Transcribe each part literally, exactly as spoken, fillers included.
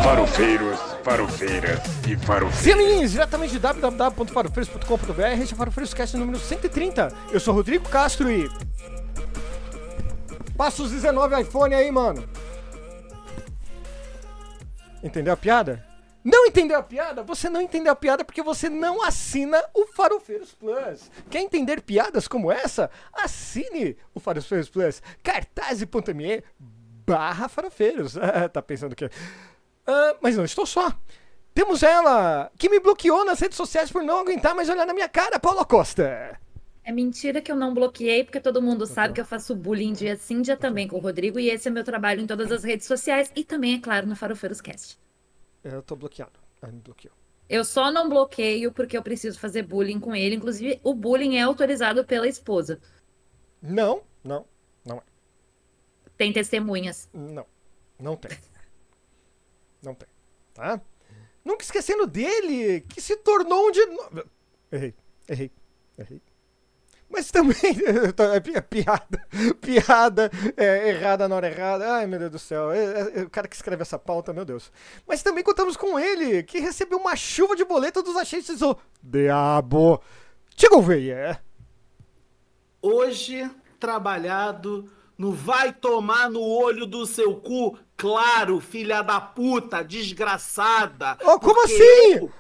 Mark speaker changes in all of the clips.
Speaker 1: Farofeiros, farofeiras e farofeiros.
Speaker 2: Sim, diretamente de w w w ponto farofeiros ponto com ponto b r, este é o Farofeiros Cast número cento e trinta. Eu sou Rodrigo Castro e... Passa os dezenove iPhone aí, mano. Entendeu a piada? Não entendeu a piada? Você não entendeu a piada porque você não assina o Farofeiros Plus. Quer entender piadas como essa? Assine o Farofeiros Plus. cartaz.me barra farofeiros. Tá pensando o quê? Uh, mas não estou só. Temos ela, que me bloqueou nas redes sociais por não aguentar mais olhar na minha cara, Paula Costa.
Speaker 3: É mentira que eu não bloqueei, porque todo mundo sabe que eu faço bullying dia sim, dia também com o Rodrigo, e esse é meu trabalho em todas as redes sociais e também, é claro, no Farofeiros Cast.
Speaker 2: Eu tô bloqueado. Ela me bloqueou.
Speaker 3: Eu só não bloqueio porque eu preciso fazer bullying com ele. Inclusive, o bullying é autorizado pela esposa.
Speaker 2: Não, não, não é.
Speaker 3: Tem testemunhas.
Speaker 2: Não, não tem. Não tem, tá? Nunca esquecendo dele, que se tornou um de... Errei, errei, errei. Mas também, é piada, piada, é, errada na hora errada. Ai, meu Deus do céu, é, é, o cara que escreve essa pauta, meu Deus. Mas também contamos com ele, que recebeu uma chuva de boleto dos agentes do Diabo. Tigo Veia.
Speaker 4: Hoje, trabalhado no vai tomar no olho do seu cu, claro, filha da puta, desgraçada.
Speaker 2: Oh, como assim?
Speaker 4: Eu...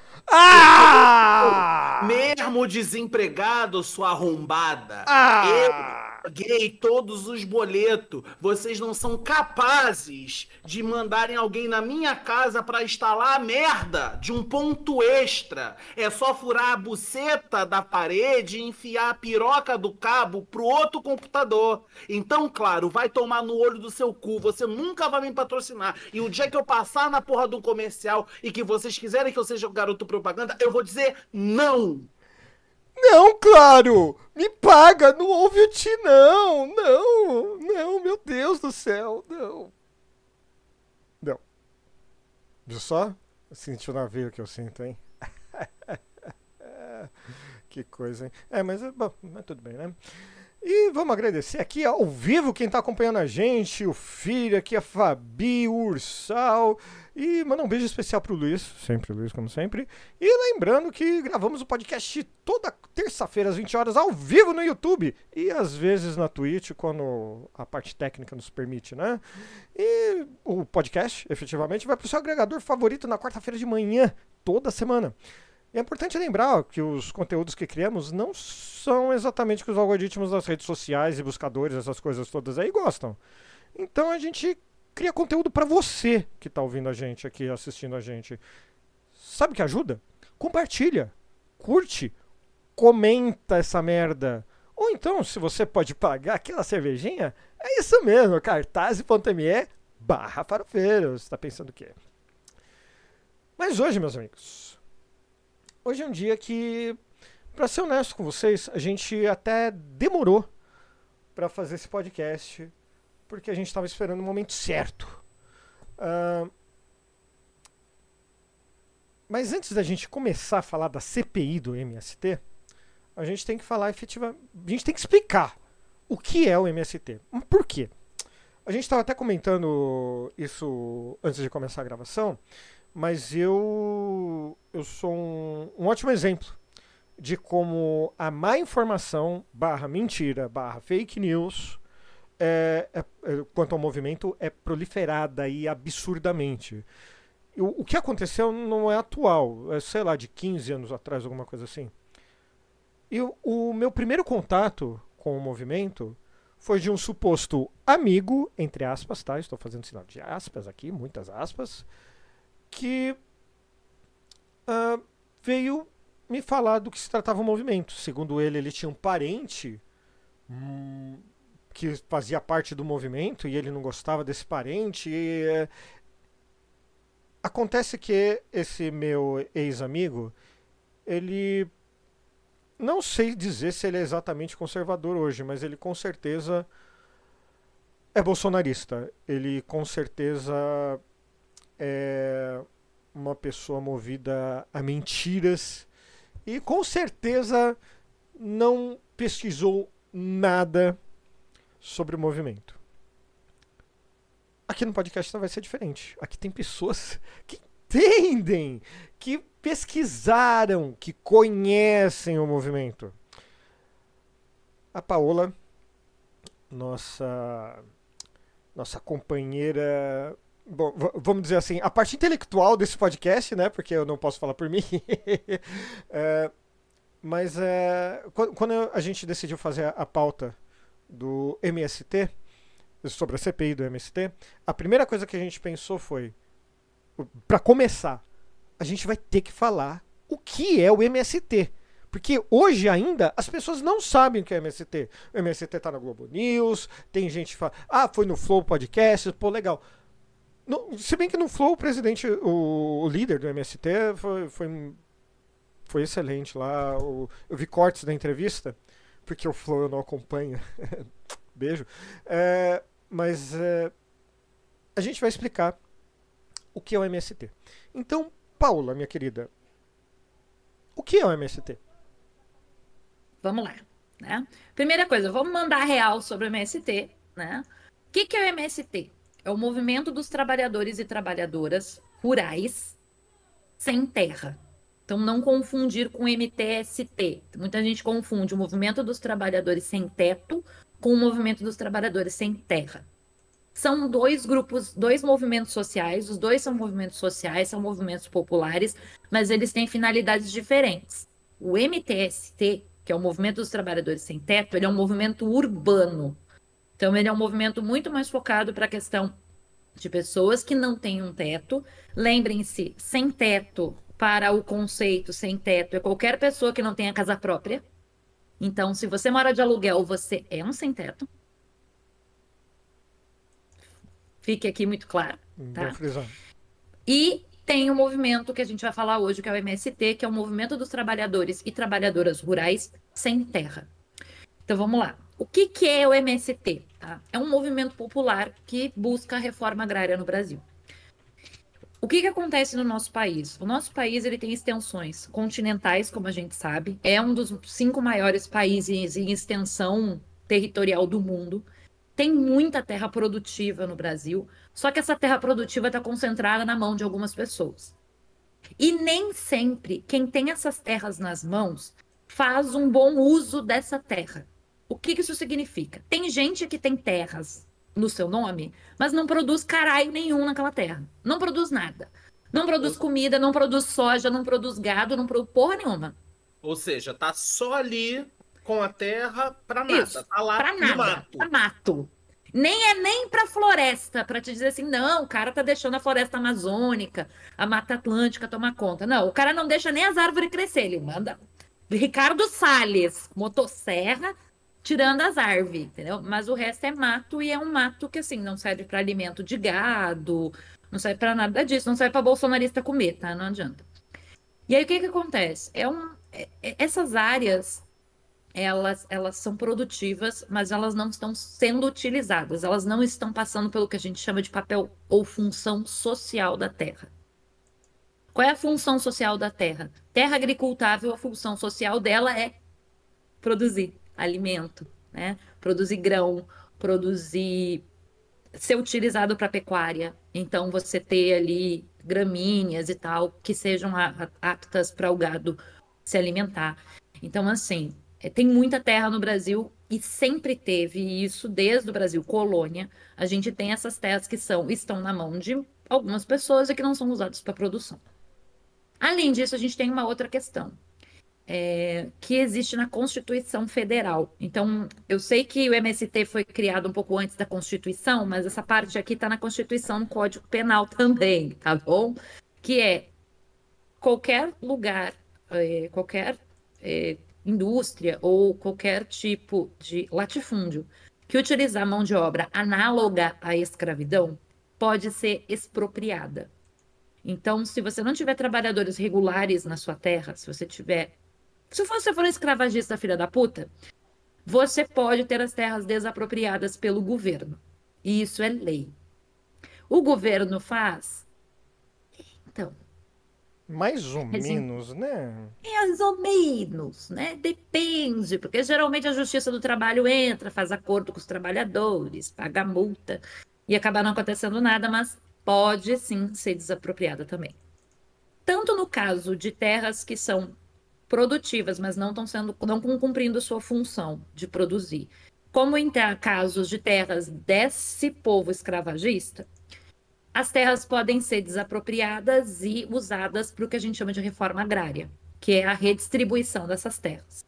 Speaker 2: Ah!
Speaker 4: Mesmo desempregado, sua arrombada,
Speaker 2: Ah!
Speaker 4: eu paguei todos os boletos. Vocês não são capazes de mandarem alguém na minha casa pra instalar a merda de um ponto extra. É só furar a buceta da parede e enfiar a piroca do cabo pro outro computador. Então, claro, vai tomar no olho do seu cu. Você nunca vai me patrocinar. E o dia que eu passar na porra do comercial e que vocês quiserem que eu seja o garoto propaganda, eu vou dizer não.
Speaker 2: Não, claro! Me paga! Não ouve o ti, não! Não! Não, meu Deus do céu! Não! Não. Viu só? Sentiu na veia que eu sinto, hein? Que coisa, hein? É, mas, bom, mas tudo bem, né? E vamos agradecer aqui ao vivo quem tá acompanhando a gente, o Filho, aqui a Fabi, o Ursal, e mandar um beijo especial pro Luiz, sempre Luiz, como sempre. E lembrando que gravamos o podcast toda terça-feira às vinte horas ao vivo no YouTube e às vezes na Twitch, quando a parte técnica nos permite, né? E o podcast, efetivamente, vai pro seu agregador favorito na quarta-feira de manhã, toda semana. E é importante lembrar que os conteúdos que criamos não são exatamente o que os algoritmos das redes sociais e buscadores, essas coisas todas aí, gostam. Então a gente cria conteúdo para você que está ouvindo a gente aqui, assistindo a gente. Sabe o que ajuda? Compartilha, curte, comenta essa merda. Ou então, se você pode pagar aquela cervejinha, é isso mesmo, cartaz.me barra farofeiros. Tá pensando o quê? Mas hoje, meus amigos... Hoje é um dia que, para ser honesto com vocês, a gente até demorou para fazer esse podcast, porque a gente estava esperando o momento certo. Uh, mas antes da gente começar a falar da C P I do M S T, a gente tem que falar efetivamente, a gente tem que explicar o que é o M S T. Por quê? A gente estava até comentando isso antes de começar a gravação, mas eu, eu sou um, um ótimo exemplo de como a má informação, barra mentira, barra fake news, é, é, é, quanto ao movimento, é proliferada aí absurdamente. O, o que aconteceu não é atual, é, sei lá, de quinze anos atrás, alguma coisa assim. E o, o meu primeiro contato com o movimento foi de um suposto amigo, entre aspas, tá? Estou fazendo sinal de aspas aqui, muitas aspas, que uh, veio me falar do que se tratava o movimento. Segundo ele, ele tinha um parente hum, que fazia parte do movimento e ele não gostava desse parente. E, uh, acontece que esse meu ex-amigo, ele... Não sei dizer se ele é exatamente conservador hoje, mas ele com certeza é bolsonarista. Ele com certeza... é uma pessoa movida a mentiras e com certeza não pesquisou nada sobre o movimento. aqui no podcast não vai ser diferente. Aqui tem pessoas que entendem, que pesquisaram, que conhecem o movimento. A Paola, nossa, nossa companheira... Bom, vamos dizer assim, a parte intelectual desse podcast, né? Porque eu não posso falar por mim. é, mas é, quando a gente decidiu fazer a pauta do M S T, sobre a C P I do M S T, a primeira coisa que a gente pensou foi, para começar, a gente vai ter que falar o que é o M S T. Porque hoje ainda as pessoas não sabem o que é M S T. O M S T tá na Globo News, tem gente que fala, ah, foi no Flow Podcast, pô, legal. No, se bem que no Flow o presidente, o, o líder do M S T foi, foi, foi excelente lá. O, eu vi cortes da entrevista, porque o Flow eu não acompanho. Beijo. É, mas é, a gente vai explicar o que é o M S T. Então, Paula, minha querida, o que é o M S T?
Speaker 3: Vamos lá, né? Primeira coisa, vamos mandar real sobre o M S T, né? O que, que é o M S T? É o movimento dos trabalhadores e trabalhadoras rurais sem terra. Então, não confundir com o M T S T. Muita gente confunde o movimento dos trabalhadores sem teto com o movimento dos trabalhadores sem terra. São dois grupos, dois movimentos sociais, os dois são movimentos sociais, são movimentos populares, mas eles têm finalidades diferentes. O M T S T, que é o movimento dos trabalhadores sem teto, ele é um movimento urbano. Então, ele é um movimento muito mais focado para a questão de pessoas que não têm um teto. Lembrem-se, sem teto, para o conceito sem teto, é qualquer pessoa que não tenha casa própria. Então, se você mora de aluguel, você é um sem teto. Fique aqui muito claro. Tá? E tem o um movimento que a gente vai falar hoje, que é o M S T, que é o movimento dos trabalhadores e trabalhadoras rurais sem terra. Então, vamos lá. O que, que é o M S T? Tá? É um movimento popular que busca a reforma agrária no Brasil. O que, que acontece no nosso país? O nosso país ele tem extensões continentais, como a gente sabe. É um dos cinco maiores países em extensão territorial do mundo. Tem muita terra produtiva no Brasil, só que essa terra produtiva está concentrada na mão de algumas pessoas. E nem sempre quem tem essas terras nas mãos faz um bom uso dessa terra. O que, que isso significa? Tem gente que tem terras no seu nome, mas não produz caralho nenhum naquela terra. Não produz nada. Não produz comida, não produz soja, não produz gado, não produz porra nenhuma.
Speaker 4: Ou seja, tá só ali com a terra pra nada.
Speaker 3: Isso,
Speaker 4: tá lá
Speaker 3: pra
Speaker 4: no
Speaker 3: nada,
Speaker 4: mato.
Speaker 3: pra mato. Nem é nem pra floresta, pra te dizer assim, não, o cara tá deixando a floresta amazônica, a Mata Atlântica tomar conta. Não, o cara não deixa nem as árvores crescer, ele manda Ricardo Salles, motosserra, tirando as árvores, entendeu? Mas o resto é mato e é um mato que, assim, não serve para alimento de gado, não serve para nada disso, não serve para bolsonarista comer, tá? Não adianta. E aí, o que que acontece? É um, é, é, essas áreas, elas, elas são produtivas, mas elas não estão sendo utilizadas, elas não estão passando pelo que a gente chama de papel ou função social da terra. Qual é a função social da terra? Terra agricultável, a função social dela é produzir alimento, né? Produzir grão, produzir, ser utilizado para pecuária. Então, você ter ali gramíneas e tal, que sejam aptas para o gado se alimentar. Então, assim, tem muita terra no Brasil e sempre teve isso desde o Brasil colônia. A gente tem essas terras que são, estão na mão de algumas pessoas e que não são usadas para produção. Além disso, a gente tem uma outra questão. É, que existe na Constituição Federal. Então, eu sei que o M S T foi criado um pouco antes da Constituição, mas essa parte aqui está na Constituição, no Código Penal também, tá bom? Que é qualquer lugar, é, qualquer é, indústria ou qualquer tipo de latifúndio que utilizar mão de obra análoga à escravidão pode ser expropriada. Então, se você não tiver trabalhadores regulares na sua terra, se você tiver Se você for um escravagista filha da puta, você pode ter as terras desapropriadas pelo governo. E isso é lei. O governo faz? Então.
Speaker 2: Mais ou
Speaker 3: assim,
Speaker 2: menos, né?
Speaker 3: Mais ou menos, né? Depende, porque geralmente a Justiça do Trabalho entra, faz acordo com os trabalhadores, paga multa. e acabar não acontecendo nada, mas pode sim ser desapropriada também. Tanto no caso de terras que são produtivas, mas não estão sendo, não cumprindo sua função de produzir, como em casos de terras desse povo escravagista, as terras podem ser desapropriadas e usadas para o que a gente chama de reforma agrária, que é a redistribuição dessas terras.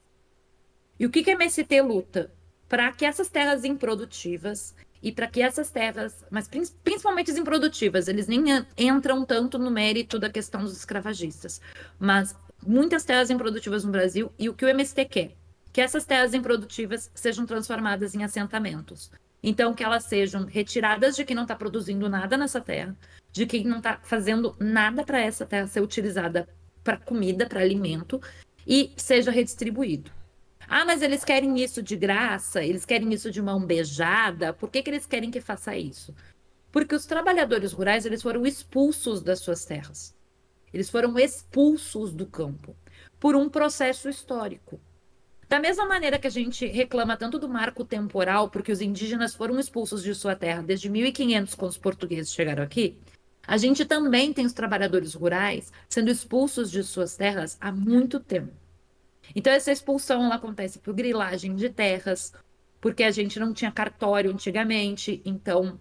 Speaker 3: E o que que a M S T luta? Para que essas terras improdutivas e para que essas terras, mas principalmente as improdutivas, eles nem entram tanto no mérito da questão dos escravagistas, mas muitas terras improdutivas no Brasil, e o que o M S T quer? Que essas terras improdutivas sejam transformadas em assentamentos. Então, que elas sejam retiradas de quem não está produzindo nada nessa terra, de quem não está fazendo nada para essa terra ser utilizada para comida, para alimento, e seja redistribuído. Ah, mas eles querem isso de graça, eles querem isso de mão beijada, por que que eles querem que faça isso? Porque os trabalhadores rurais, eles foram expulsos das suas terras. Eles foram expulsos do campo por um processo histórico. Da mesma maneira que a gente reclama tanto do marco temporal, porque os indígenas foram expulsos de sua terra desde mil e quinhentos, quando os portugueses chegaram aqui, a gente também tem os trabalhadores rurais sendo expulsos de suas terras há muito tempo. Então, essa expulsão ela acontece por grilagem de terras, porque a gente não tinha cartório antigamente, então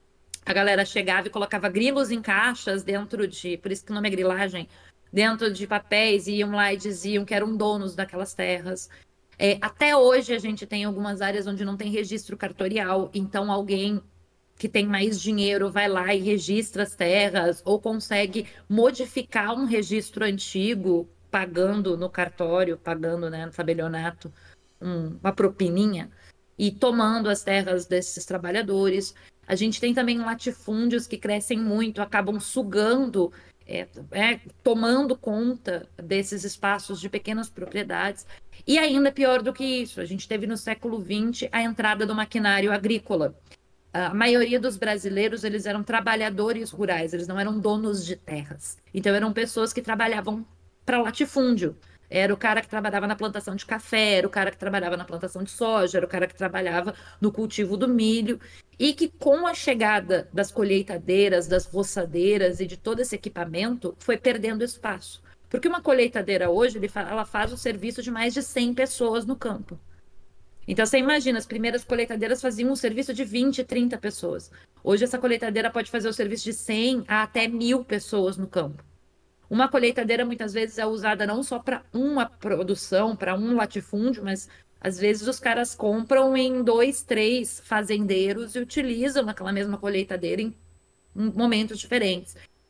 Speaker 3: a galera chegava e colocava grilos em caixas dentro de, por isso que o nome é grilagem, dentro de papéis, e iam lá e diziam que eram donos daquelas terras. É, até hoje a gente tem algumas áreas onde não tem registro cartorial, então alguém que tem mais dinheiro vai lá e registra as terras, ou consegue modificar um registro antigo, pagando no cartório, pagando, né, no tabelionato, um, uma propininha, e tomando as terras desses trabalhadores. A gente tem também latifúndios que crescem muito, acabam sugando, é, é, tomando conta desses espaços de pequenas propriedades. E ainda pior do que isso, a gente teve no século vinte a entrada do maquinário agrícola. A maioria dos brasileiros, eles eram trabalhadores rurais, eles não eram donos de terras. Então, eram pessoas que trabalhavam para latifúndio. Era o cara que trabalhava na plantação de café, era o cara que trabalhava na plantação de soja, era o cara que trabalhava no cultivo do milho, e que com a chegada das colheitadeiras, das roçadeiras e de todo esse equipamento, foi perdendo espaço. Porque uma colheitadeira hoje, ela faz o serviço de mais de cem pessoas no campo. Então, você imagina, as primeiras colheitadeiras faziam um serviço de vinte, trinta pessoas. Hoje, essa colheitadeira pode fazer o serviço de cem a até mil pessoas no campo. Uma colheitadeira, muitas vezes, é usada não só para uma produção, para um latifúndio, mas, às vezes, os caras compram em dois, três fazendeiros e utilizam aquela mesma colheitadeira em momentos diferentes.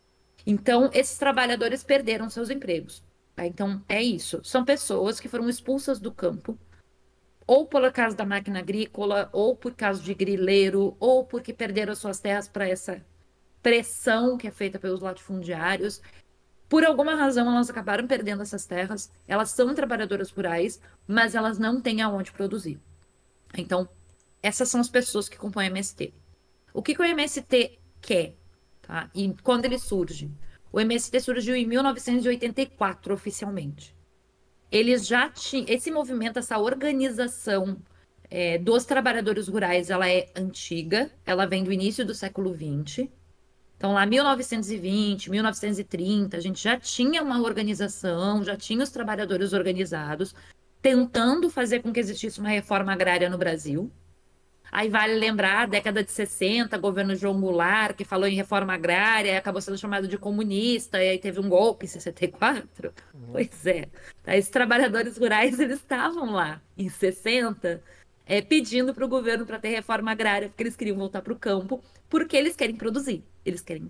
Speaker 3: Então, esses trabalhadores perderam seus empregos. Tá? Então, é isso. São pessoas que foram expulsas do campo, ou por causa da máquina agrícola, ou por causa de grileiro, ou porque perderam suas terras para essa pressão que é feita pelos latifundiários. Por alguma razão, elas acabaram perdendo essas terras. Elas são trabalhadoras rurais, mas elas não têm aonde produzir. Então, essas são as pessoas que compõem o M S T. O que, que o M S T quer? Tá? E quando ele surge? O M S T surgiu em mil novecentos e oitenta e quatro, oficialmente. Eles já tinham... Esse movimento, essa organização é, dos trabalhadores rurais, ela é antiga. Ela vem do início do século vinte. Então, lá, mil novecentos e vinte, mil novecentos e trinta, a gente já tinha uma organização, já tinha os trabalhadores organizados, tentando fazer com que existisse uma reforma agrária no Brasil. Aí vale lembrar, a década de sessenta, governo João Goulart, que falou em reforma agrária, acabou sendo chamado de comunista, e aí teve um golpe em sessenta e quatro. Uhum. Pois é. Esses trabalhadores rurais, eles estavam lá, em sessenta, é, pedindo para o governo para ter reforma agrária, porque eles queriam voltar para o campo, porque eles querem produzir. Eles querem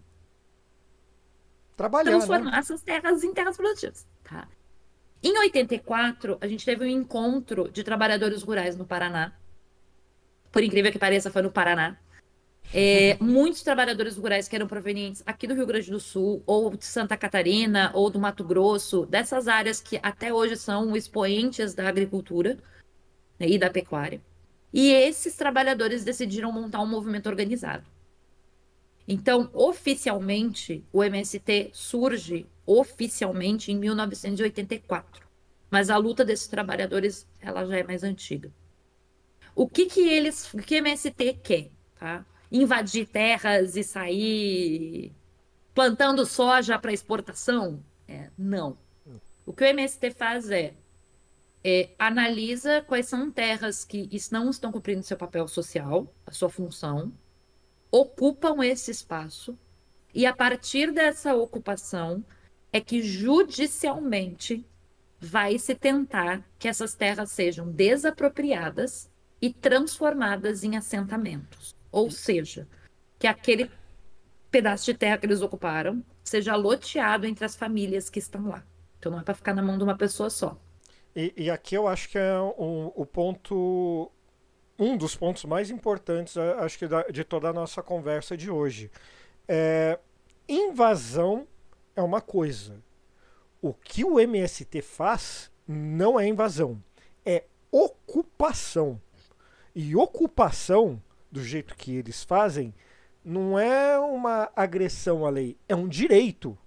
Speaker 2: trabalhar,
Speaker 3: transformar
Speaker 2: né?
Speaker 3: essas terras em terras produtivas. Tá? Em oitenta e quatro, a gente teve um encontro de trabalhadores rurais no Paraná. Por incrível que pareça, foi no Paraná. É, muitos trabalhadores rurais que eram provenientes aqui do Rio Grande do Sul, ou de Santa Catarina, ou do Mato Grosso, dessas áreas que até hoje são expoentes da agricultura, né, e da pecuária. E esses trabalhadores decidiram montar um movimento organizado. Então, oficialmente, o M S T surge oficialmente em mil novecentos e oitenta e quatro. Mas a luta desses trabalhadores, ela já é mais antiga. O que que eles, o que o M S T quer, tá? invadir terras e sair plantando soja para exportação? É, não. O que o M S T faz é, é analisa quais são terras que não estão cumprindo seu papel social, a sua função, ocupam esse espaço, e a partir dessa ocupação é que judicialmente vai se tentar que essas terras sejam desapropriadas e transformadas em assentamentos. Ou seja, que aquele pedaço de terra que eles ocuparam seja loteado entre as famílias que estão lá. Então não é para ficar na mão de uma pessoa só.
Speaker 2: E, e aqui eu acho que é um, o ponto, um dos pontos mais importantes, acho que da, de toda a nossa conversa de hoje. É, invasão é uma coisa. O que o M S T faz não é invasão, é ocupação. E ocupação, do jeito que eles fazem, não é uma agressão à lei, é um direito.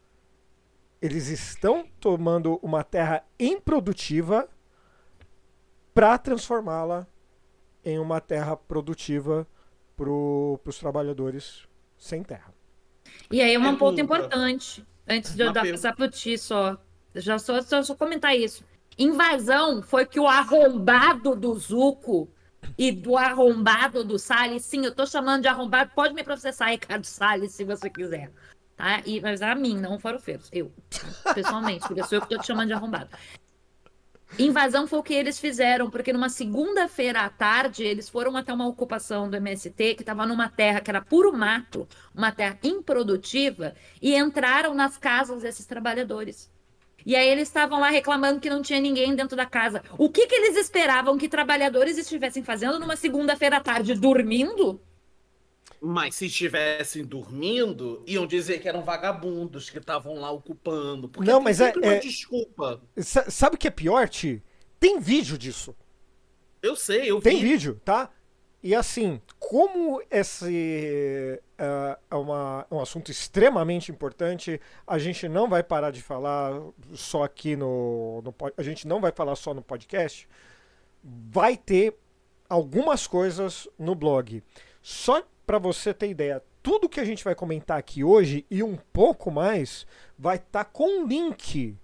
Speaker 2: Eles estão tomando uma terra improdutiva para transformá-la em uma terra produtiva para os trabalhodores sem terra.
Speaker 3: E aí, um
Speaker 4: É
Speaker 3: ponto
Speaker 4: dúvida.
Speaker 3: importante, antes de eu
Speaker 4: Uma
Speaker 3: dar
Speaker 4: per-
Speaker 3: passar para o Ti só, já só, só, só comentar isso. Invasão foi que o arrombado do Zuco e do arrombado do Salles, sim, eu tô chamando de arrombado, pode me processar, Ricardo Salles, se você quiser. Tá? E, mas a mim, não farofeiros. Eu, pessoalmente, porque sou eu que tô te chamando de arrombado. Invasão foi o que eles fizeram, porque numa segunda-feira à tarde, eles foram até uma ocupação do M S T, que estava numa terra que era puro mato, uma terra improdutiva, e entraram nas casas desses trabalhadores. E aí eles estavam lá reclamando que não tinha ninguém dentro da casa. O que, que eles esperavam que trabalhadores estivessem fazendo numa segunda-feira à tarde? Dormindo?
Speaker 4: Mas se estivessem dormindo, iam dizer que eram vagabundos que estavam lá ocupando. Porque
Speaker 2: Não,
Speaker 4: tem
Speaker 2: mas é-
Speaker 4: sempre uma
Speaker 2: é-
Speaker 4: desculpa.
Speaker 2: Sa- Sabe o que é pior, Ti? Tem vídeo disso.
Speaker 4: Eu sei, eu
Speaker 2: Tem
Speaker 4: vi.
Speaker 2: vídeo, tá? E assim, como esse uh, é uma, um assunto extremamente importante, a gente não vai parar de falar só aqui no, no pod- a gente não vai falar só no podcast, vai ter algumas coisas no blog. Só para você ter ideia, tudo que a gente vai comentar aqui hoje e um pouco mais vai estar com link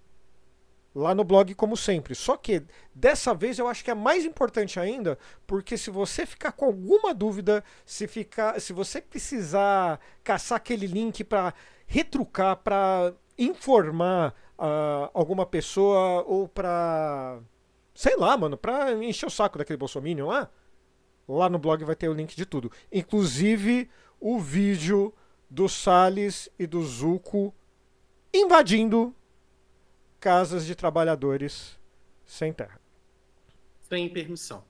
Speaker 2: lá no blog, como sempre. Só que dessa vez eu acho que é mais importante ainda, porque se você ficar com alguma dúvida, se ficar, se você precisar caçar aquele link para retrucar, para informar uh, alguma pessoa ou para, sei lá, mano, para encher o saco daquele bolsominion lá, lá no blog vai ter o link de tudo, inclusive o vídeo do Salles e do Zuco invadindo casas de trabalhadores sem terra.
Speaker 4: Sem permissão.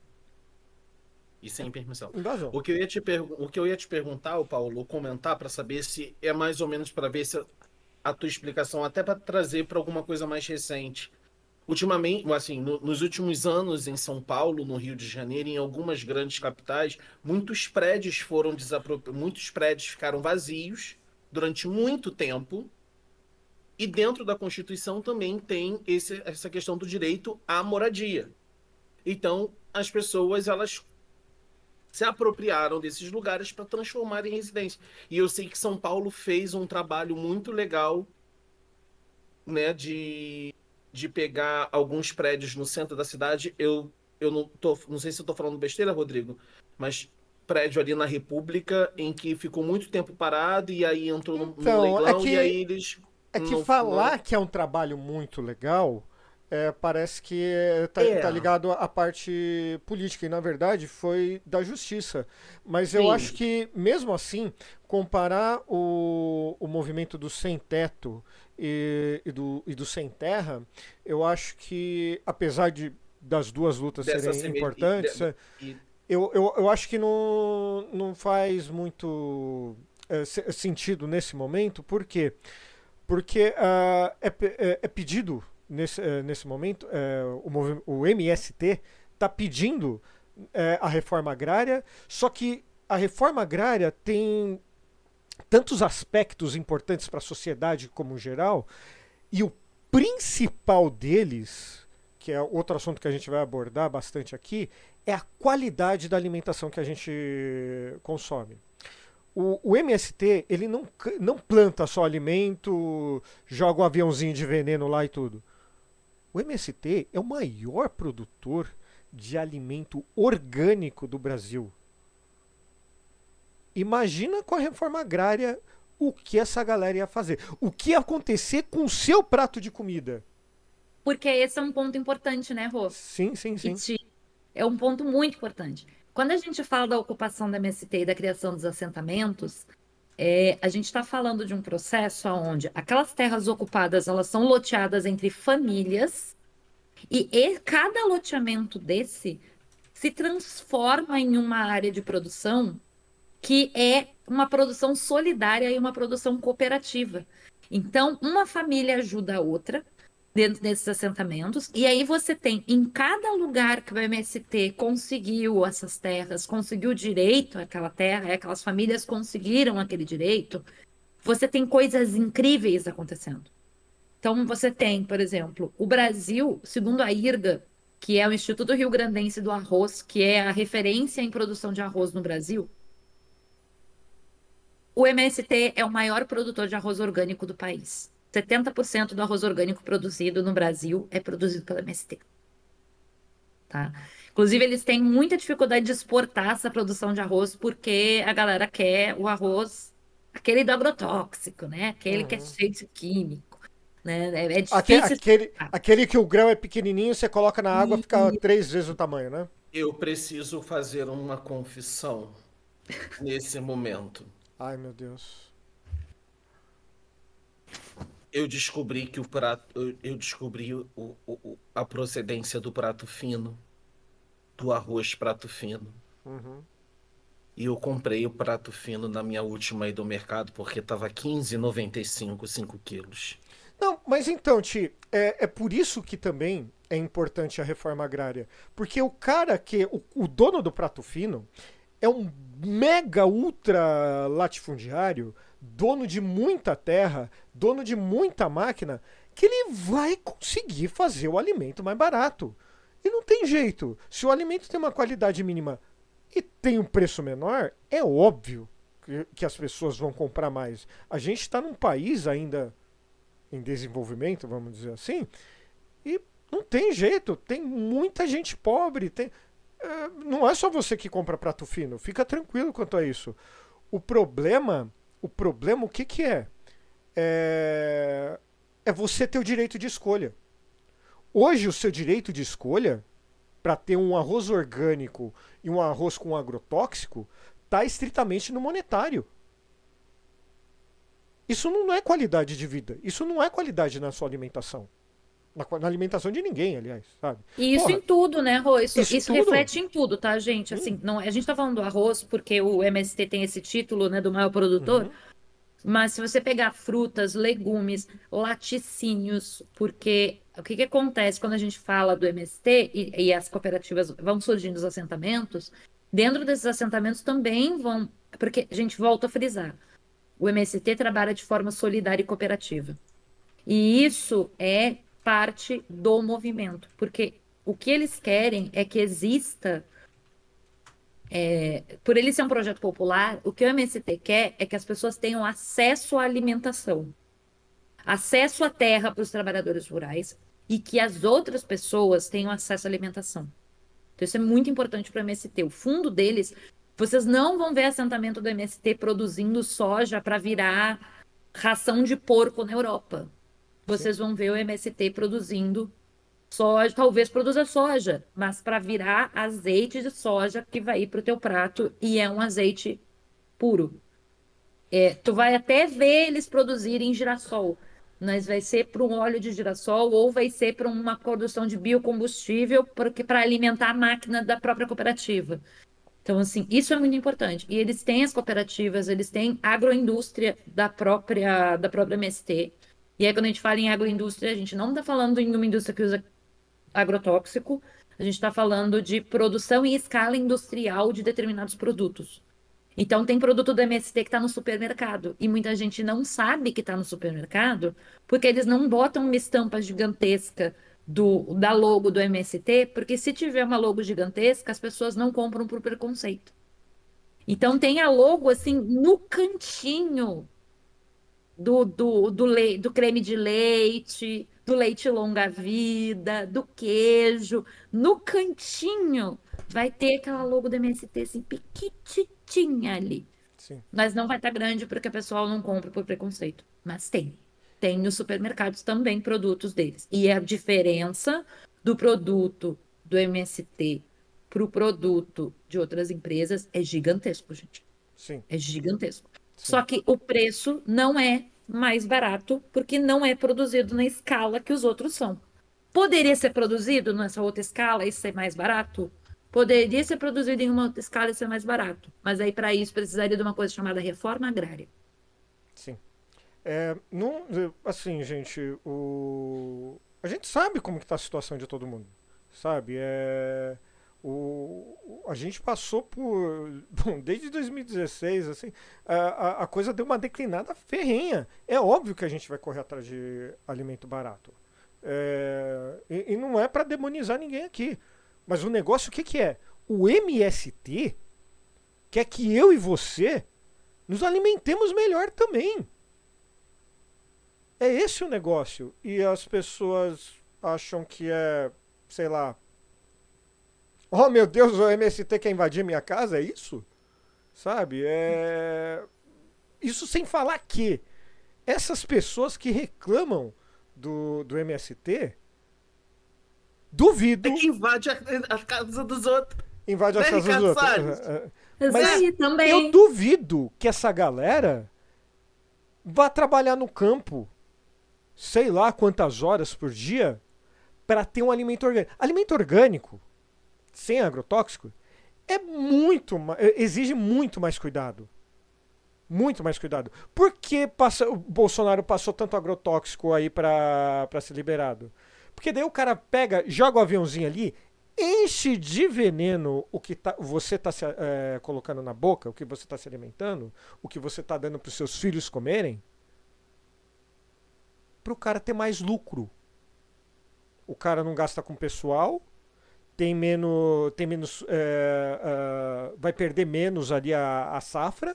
Speaker 4: E sem permissão.
Speaker 2: Invasão.
Speaker 4: O que eu ia te, pergu- o que eu ia te perguntar, ô Paulo, comentar para saber se é mais ou menos para ver se a- a tua explicação, até para trazer para alguma coisa mais recente. Ultimamente, assim, no- nos últimos anos em São Paulo, no Rio de Janeiro, em algumas grandes capitais, muitos prédios foram desapropriados, muitos prédios ficaram vazios durante muito tempo. E dentro da Constituição também tem esse, essa questão do direito à moradia. Então, as pessoas, elas se apropriaram desses lugares para transformar em residência. E eu sei que São Paulo fez um trabalho muito legal, né, de, de pegar alguns prédios no centro da cidade. Eu, eu não, tô, não sei se eu estou falando besteira, Rodrigo, mas prédio ali na República, em que ficou muito tempo parado e aí entrou num,
Speaker 2: Então,
Speaker 4: num leilão
Speaker 2: é que-
Speaker 4: e aí eles...
Speaker 2: É que
Speaker 4: não-
Speaker 2: falar
Speaker 4: não-
Speaker 2: que é um trabalho muito legal é, parece que é, tá,
Speaker 4: É.
Speaker 2: tá ligado à parte política, e na verdade foi da justiça. Mas eu
Speaker 4: Sim.
Speaker 2: acho que, mesmo assim, comparar o, o movimento do sem-teto e, e, do, e do sem-terra, eu acho que, apesar de, das duas lutas
Speaker 4: Dessa
Speaker 2: serem
Speaker 4: semelha-
Speaker 2: importantes,
Speaker 4: e-
Speaker 2: é,
Speaker 4: e-
Speaker 2: eu, eu, eu acho que não, não faz muito é, se- sentido nesse momento, por quê? Porque ah, é, pe- é- é pedido, nesse, eh, nesse momento, eh, o, movi- o M S T está pedindo eh, a reforma agrária, só que a reforma agrária tem tantos aspectos importantes para a sociedade como geral, e o principal deles, que é outro assunto que a gente vai abordar bastante aqui, é a qualidade da alimentação que a gente consome. O, o M S T, ele não, c- não planta só alimento, joga um aviãozinho de veneno lá e tudo. O M S T é o maior produtor de alimento orgânico do Brasil. Imagina com a reforma agrária o que essa galera ia fazer. O que ia acontecer com o seu prato de comida.
Speaker 3: Porque esse é um ponto importante, né, Rô?
Speaker 2: Sim, sim, sim.
Speaker 3: Que te- É um ponto muito importante. Quando a gente fala da ocupação da M S T e da criação dos assentamentos, é, a gente está falando de um processo onde aquelas terras ocupadas elas são loteadas entre famílias e, e cada loteamento desse se transforma em uma área de produção que é uma produção solidária e uma produção cooperativa. Então, uma família ajuda a outra dentro desses assentamentos, e aí você tem em cada lugar que o M S T conseguiu essas terras, conseguiu direito àquela terra, aquelas famílias conseguiram aquele direito, você tem coisas incríveis acontecendo. Então, você tem, por exemplo, o Brasil, segundo a IRGA, que é o Instituto Rio Grandense do Arroz, que é a referência em produção de arroz no Brasil, o M S T é o maior produtor de arroz orgânico do país. setenta por cento do arroz orgânico produzido no Brasil é produzido pelo M S T. Tá? Inclusive, eles têm muita dificuldade de exportar essa produção de arroz porque a galera quer o arroz, aquele do agrotóxico, né? Aquele que é cheio de químico. Né? É, é
Speaker 2: Aque-
Speaker 3: difícil.
Speaker 2: Aquele, aquele que o grão é pequenininho, você coloca na água, fica três vezes o tamanho, né?
Speaker 4: Eu preciso fazer uma confissão nesse momento.
Speaker 2: Ai, meu Deus.
Speaker 4: Eu descobri que o prato. Eu, eu descobri o, o- o- a procedência do prato fino, do arroz prato fino.
Speaker 2: Uhum.
Speaker 4: E eu comprei o prato fino na minha última ida ao mercado porque tava quinze reais e noventa e cinco, cinco quilos.
Speaker 2: Não, mas então, Ti, é, é por isso que também é importante a reforma agrária. Porque o cara que. O, o dono do prato fino é um mega ultra latifundiário, dono de muita terra, dono de muita máquina, que ele vai conseguir fazer o alimento mais barato. E não tem jeito. Se o alimento tem uma qualidade mínima e tem um preço menor, é óbvio que, que as pessoas vão comprar mais. A gente está num país ainda em desenvolvimento, vamos dizer assim, e não tem jeito. Tem muita gente pobre. Tem, é, não é só você que compra prato fino. Fica tranquilo quanto a isso. O problema, o problema, o que que é? É, é você ter o direito de escolha. Hoje o seu direito de escolha para ter um arroz orgânico e um arroz com agrotóxico está estritamente no monetário. Isso não é qualidade de vida. Isso não é qualidade na sua alimentação. Na, na alimentação de ninguém, aliás, sabe?
Speaker 3: E isso
Speaker 2: Porra,
Speaker 3: em tudo, né, Rô? Isso,
Speaker 2: isso
Speaker 3: isso
Speaker 2: tudo.
Speaker 3: reflete em tudo, tá, gente? Assim, não, a gente tá falando do arroz porque o M S T tem esse título, né, do maior produtor,
Speaker 2: Uhum.
Speaker 3: mas se você pegar frutas, legumes, laticínios, porque o que que acontece quando a gente fala do M S T e, e as cooperativas vão surgindo os assentamentos, dentro desses assentamentos também vão, porque a gente volta a frisar, o M S T trabalha de forma solidária e cooperativa. E isso é parte do movimento, porque o que eles querem é que exista, é, por ele ser um projeto popular, o que o M S T quer é que as pessoas tenham acesso à alimentação, acesso à terra para os trabalhadores rurais e que as outras pessoas tenham acesso à alimentação. Então isso é muito importante para o M S T. O fundo deles, vocês não vão ver assentamento do M S T produzindo soja para virar ração de porco na Europa. Vocês vão ver o M S T produzindo soja, talvez produza soja, mas para virar azeite de soja que vai ir para o teu prato e é um azeite puro. É, tu vai até ver eles produzirem girassol, mas vai ser para um óleo de girassol ou vai ser para uma produção de biocombustível porque para alimentar a máquina da própria cooperativa. Então, assim, isso é muito importante. E eles têm as cooperativas, eles têm agroindústria da própria, da própria M S T. E aí, quando a gente fala em agroindústria, a gente não está falando em uma indústria que usa agrotóxico, a gente está falando de produção em escala industrial de determinados produtos. Então, tem produto do M S T que está no supermercado. E muita gente não sabe que está no supermercado porque eles não botam uma estampa gigantesca do, da logo do M S T, porque se tiver uma logo gigantesca, as pessoas não compram por preconceito. Então tem a logo assim no cantinho do, do, do, le- do creme de leite, do leite longa-vida, do queijo. No cantinho vai ter aquela logo do M S T assim, pequitinha ali.
Speaker 2: Sim.
Speaker 3: Mas não vai estar grande porque o pessoal não compra por preconceito. Mas tem. Tem nos supermercados também produtos deles. E a diferença do produto do M S T para o produto de outras empresas é gigantesco, gente.
Speaker 2: Sim.
Speaker 3: É gigantesco.
Speaker 2: Sim.
Speaker 3: Só que o preço não é mais barato porque não é produzido na escala que os outros são. Poderia ser produzido nessa outra escala e ser mais barato? Poderia ser produzido em uma outra escala e ser mais barato. Mas aí, para isso, precisaria de uma coisa chamada reforma agrária.
Speaker 2: Sim. É, não, assim, gente, o... a gente sabe como que tá a situação de todo mundo, sabe? É, o... A gente passou por... Bom, desde dois mil e dezesseis, assim, a, a, a coisa deu uma declinada ferrenha. É óbvio que a gente vai correr atrás de alimento barato. É, e, e não é para demonizar ninguém aqui. Mas o negócio, o que, que é? O M S T quer que eu e você nos alimentemos melhor também. É esse o negócio. E as pessoas acham que é, sei lá... Oh, meu Deus, o M S T quer invadir minha casa? É isso? Sabe? É... Isso sem falar que essas pessoas que reclamam do, do M S T... Duvido.
Speaker 4: É que invade a, a casa dos outros.
Speaker 2: Invade as
Speaker 4: Né,
Speaker 2: casas
Speaker 4: Ricardo
Speaker 2: dos outros.
Speaker 4: Salles?
Speaker 2: É, é.
Speaker 3: Mas
Speaker 2: Mas
Speaker 3: aí também.
Speaker 2: eu duvido que essa galera vá trabalhar no campo, sei lá quantas horas por dia, para ter um alimento orgânico. Alimento orgânico, sem agrotóxico, é muito, ma- é- exige muito mais cuidado. Muito mais cuidado. Por que passa, o Bolsonaro passou tanto agrotóxico aí para ser liberado? Porque daí o cara pega, joga o aviãozinho ali, enche de veneno o que tá, você está se é, colocando na boca, o que você está se alimentando, o que você está dando para os seus filhos comerem, para o cara ter mais lucro. O cara não gasta com pessoal, tem menos, tem menos, é, é, vai perder menos ali a, a safra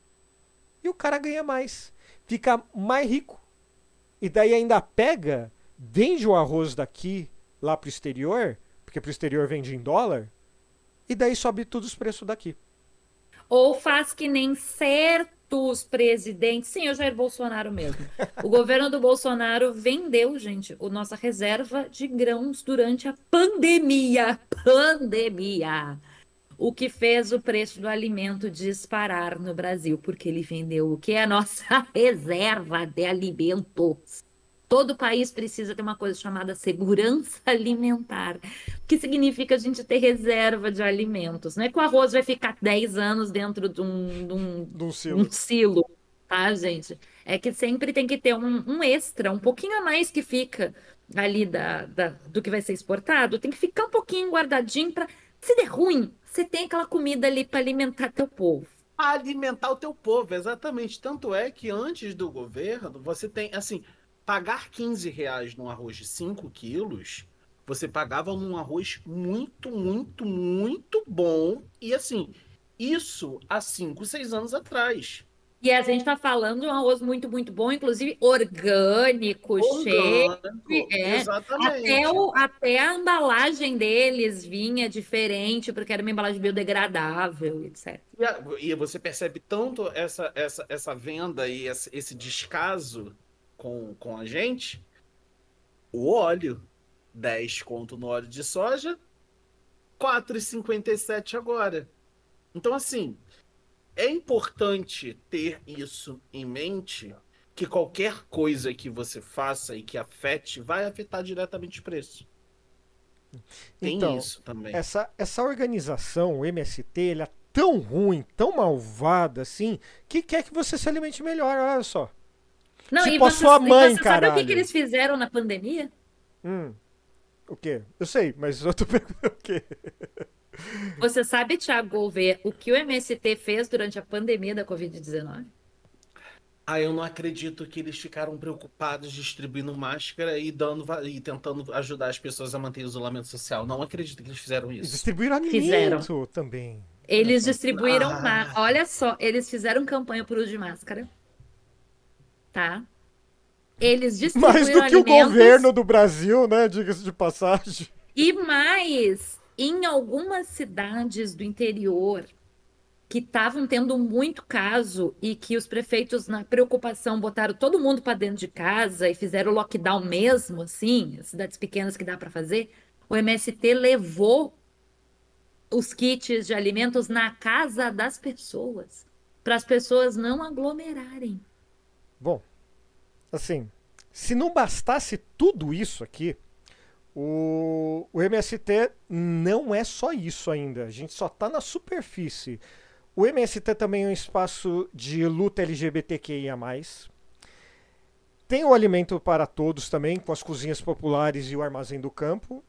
Speaker 2: e o cara ganha mais, fica mais rico. E daí ainda pega, vende o arroz daqui lá pro exterior, porque pro exterior vende em dólar, e daí sobe todos os preços daqui.
Speaker 3: Ou faz que nem certos presidentes. Sim, o Jair Bolsonaro mesmo. O governo do Bolsonaro vendeu, gente, a nossa reserva de grãos durante a pandemia. Pandemia. O que fez o preço do alimento disparar no Brasil, porque ele vendeu o que é a nossa reserva de alimentos. Todo país precisa ter uma coisa chamada segurança alimentar, que significa a gente ter reserva de alimentos. Não é que o arroz vai ficar dez anos dentro de um, de um,
Speaker 2: De um
Speaker 3: de
Speaker 2: silo.
Speaker 3: um silo, tá, gente? É que sempre tem que ter um, um extra, um pouquinho a mais que fica ali da, da- do que vai ser exportado, tem que ficar um pouquinho guardadinho para, se der ruim, você tem aquela comida ali para alimentar teu povo.
Speaker 4: Alimentar o teu povo, exatamente. Tanto é que antes do governo, você tem, assim, pagar quinze reais num arroz de cinco quilos, você pagava num arroz muito, muito, muito bom. E assim, isso há cinco, seis anos atrás.
Speaker 3: E a gente tá falando de um arroz muito, muito bom, inclusive orgânico, cheio.
Speaker 4: Orgânico,
Speaker 3: É, até,
Speaker 4: exatamente.
Speaker 3: o, até a embalagem deles vinha diferente, porque era uma embalagem biodegradável, etcétera.
Speaker 4: E, a- e você percebe tanto essa, essa, essa venda e esse, esse descaso com, com a gente. O óleo, dez conto no óleo de soja, quatro e cinquenta e sete agora. Então, assim, é importante ter isso em mente, que qualquer coisa que você faça e que afete, vai afetar diretamente o preço. Tem
Speaker 2: Então,
Speaker 4: isso também.
Speaker 2: essa, essa organização, o M S T, ele é tão ruim, tão malvada assim, que quer que você se alimente melhor, olha só.
Speaker 3: Não,
Speaker 2: Tipo
Speaker 3: e
Speaker 2: a
Speaker 3: você,
Speaker 2: sua
Speaker 3: e
Speaker 2: mãe,
Speaker 3: você sabe o que,
Speaker 2: caralho.
Speaker 3: que eles fizeram na pandemia?
Speaker 2: Hum, o quê? Eu sei, mas eu tô perguntando o quê?
Speaker 3: Você sabe, Thiago Gouveia, o que o M S T fez durante a pandemia da covid dezenove?
Speaker 4: Ah, eu não acredito que eles ficaram preocupados distribuindo máscara e dando va- e tentando ajudar as pessoas a manter o isolamento social. Não acredito que eles fizeram
Speaker 2: Eles
Speaker 4: isso.
Speaker 2: distribuíram alimento
Speaker 3: Fizeram.
Speaker 2: também.
Speaker 3: Eles distribuíram,
Speaker 4: Ah.
Speaker 3: ma- olha só, eles fizeram campanha por uso de máscara, tá? Eles distribuíram
Speaker 2: Mais do que o
Speaker 3: alimentos
Speaker 2: governo do Brasil, né? Diga-se de passagem.
Speaker 3: e mais, em algumas cidades do interior que estavam tendo muito caso e que os prefeitos, na preocupação, botaram todo mundo para dentro de casa e fizeram lockdown mesmo, assim, as cidades pequenas que dá para fazer, o M S T levou os kits de alimentos na casa das pessoas, para as pessoas não aglomerarem.
Speaker 2: Bom, assim, se não bastasse tudo isso aqui, o, o M S T não é só isso ainda. A gente só está na superfície. O M S T também é um espaço de luta L G B T Q I A mais. Tem o Alimento para Todos também, com as cozinhas populares e o Armazém do Campo.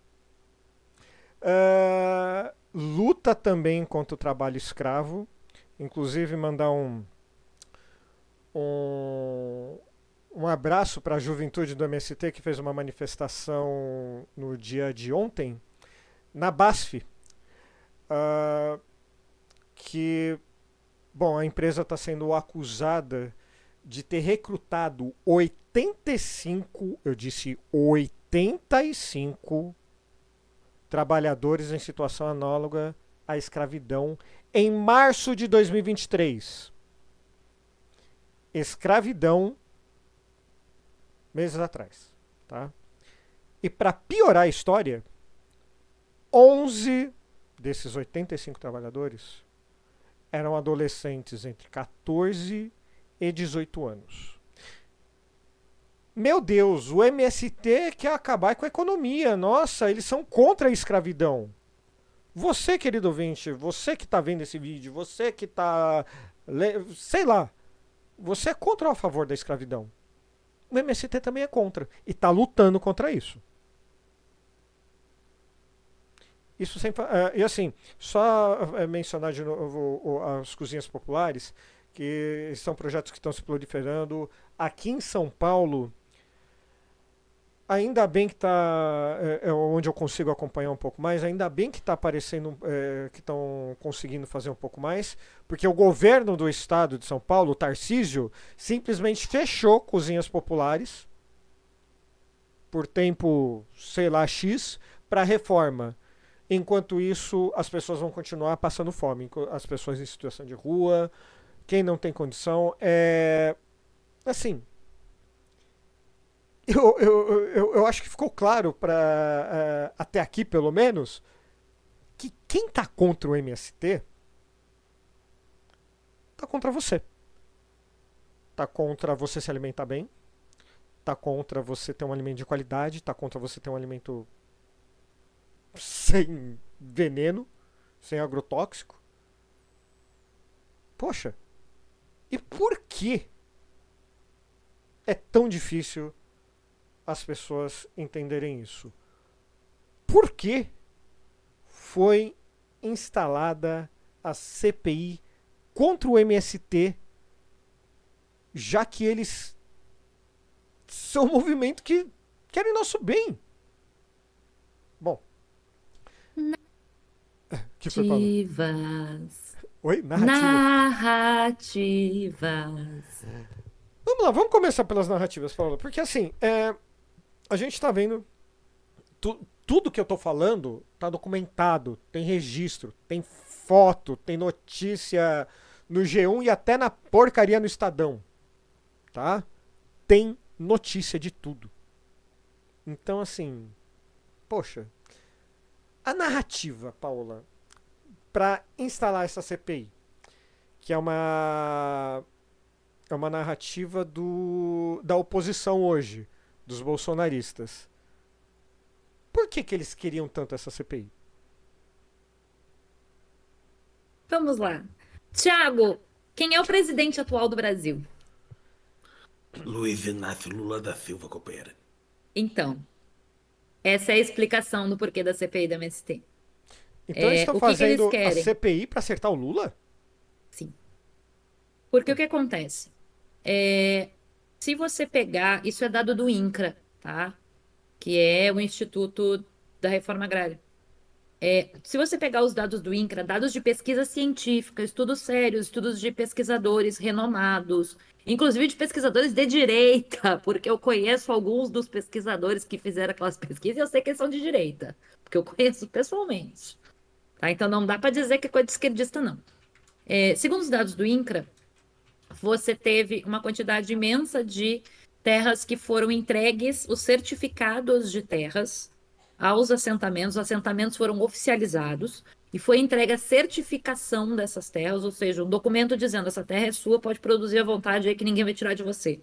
Speaker 2: Uh, luta também contra o trabalho escravo. Inclusive mandar um, um, um abraço para a juventude do M S T que fez uma manifestação no dia de ontem na BASF. Uh, que, bom, a empresa está sendo acusada de ter recrutado oitenta e cinco, eu disse oitenta e cinco trabalhadores em situação análoga à escravidão em março de dois mil e vinte e três. Escravidão meses atrás, tá? E para piorar a história, onze desses oitenta e cinco trabalhadores eram adolescentes entre quatorze e dezoito anos. Meu Deus, o M S T quer acabar com a economia. Nossa, eles são contra a escravidão. Você, querido ouvinte, você que está vendo esse vídeo, você que está, sei lá, você é contra ou a favor da escravidão? O M S T também é contra e está lutando contra isso. Isso sem, uh, e assim, só uh, mencionar de novo uh, as cozinhas populares, que são projetos que estão se proliferando. Aqui em São Paulo, ainda bem que está, é, é onde eu consigo acompanhar um pouco mais, ainda bem que está aparecendo, é, que estão conseguindo fazer um pouco mais, porque o governo do estado de São Paulo, o Tarcísio, simplesmente fechou cozinhas populares por tempo, sei lá, X, para reforma. Enquanto isso, as pessoas vão continuar passando fome. As pessoas em situação de rua, quem não tem condição. É... Assim, eu, eu, eu, eu acho que ficou claro, pra, uh, até aqui pelo menos, que quem tá contra o M S T tá contra você. Tá contra você se alimentar bem. Tá contra você ter um alimento de qualidade. Tá contra você ter um alimento sem veneno, sem agrotóxico. Poxa, e por que é tão difícil as pessoas entenderem isso? Por que foi instalada a C P I contra o M S T, já que eles são um movimento que querem nosso bem? Bom, que foi, Paulo?
Speaker 3: Narrativas.
Speaker 2: Oi? Narrativa.
Speaker 3: Narrativas.
Speaker 2: Vamos lá, vamos começar pelas narrativas, Paula. Porque assim, é, a gente tá vendo. Tu, tudo que eu tô falando tá documentado, tem registro, tem foto, tem notícia no G um e até na porcaria no Estadão. Tá? Tem notícia de tudo. Então, assim. Poxa. A narrativa, Paula, para instalar essa C P I, que é uma é uma narrativa do, da oposição hoje, dos bolsonaristas. Por que que eles queriam tanto essa C P I?
Speaker 3: Vamos lá. Tiago, quem é o presidente atual do Brasil?
Speaker 4: Luiz Inácio Lula da Silva, companheira.
Speaker 3: Então, essa é a explicação do porquê da C P I da M S T.
Speaker 2: Então
Speaker 3: É,
Speaker 2: eles estão
Speaker 3: o que que eles
Speaker 2: fazendo a
Speaker 3: querem?
Speaker 2: C P I para acertar o Lula?
Speaker 3: Sim. Porque o que acontece? É, se você pegar, isso é dado do INCRA, tá? Que é o Instituto da Reforma Agrária. É, se você pegar os dados do INCRA, dados de pesquisa científica, estudos sérios, estudos de pesquisadores renomados, inclusive de pesquisadores de direita, porque eu conheço alguns dos pesquisadores que fizeram aquelas pesquisas e eu sei que eles são de direita, porque eu conheço pessoalmente. Tá? Então não dá para dizer que é coisa de esquerdista, não. É, segundo os dados do INCRA, você teve uma quantidade imensa de terras que foram entregues, os certificados de terras aos assentamentos, os assentamentos foram oficializados e foi entregue a certificação dessas terras, ou seja, um documento dizendo essa terra é sua, pode produzir à vontade aí que ninguém vai tirar de você.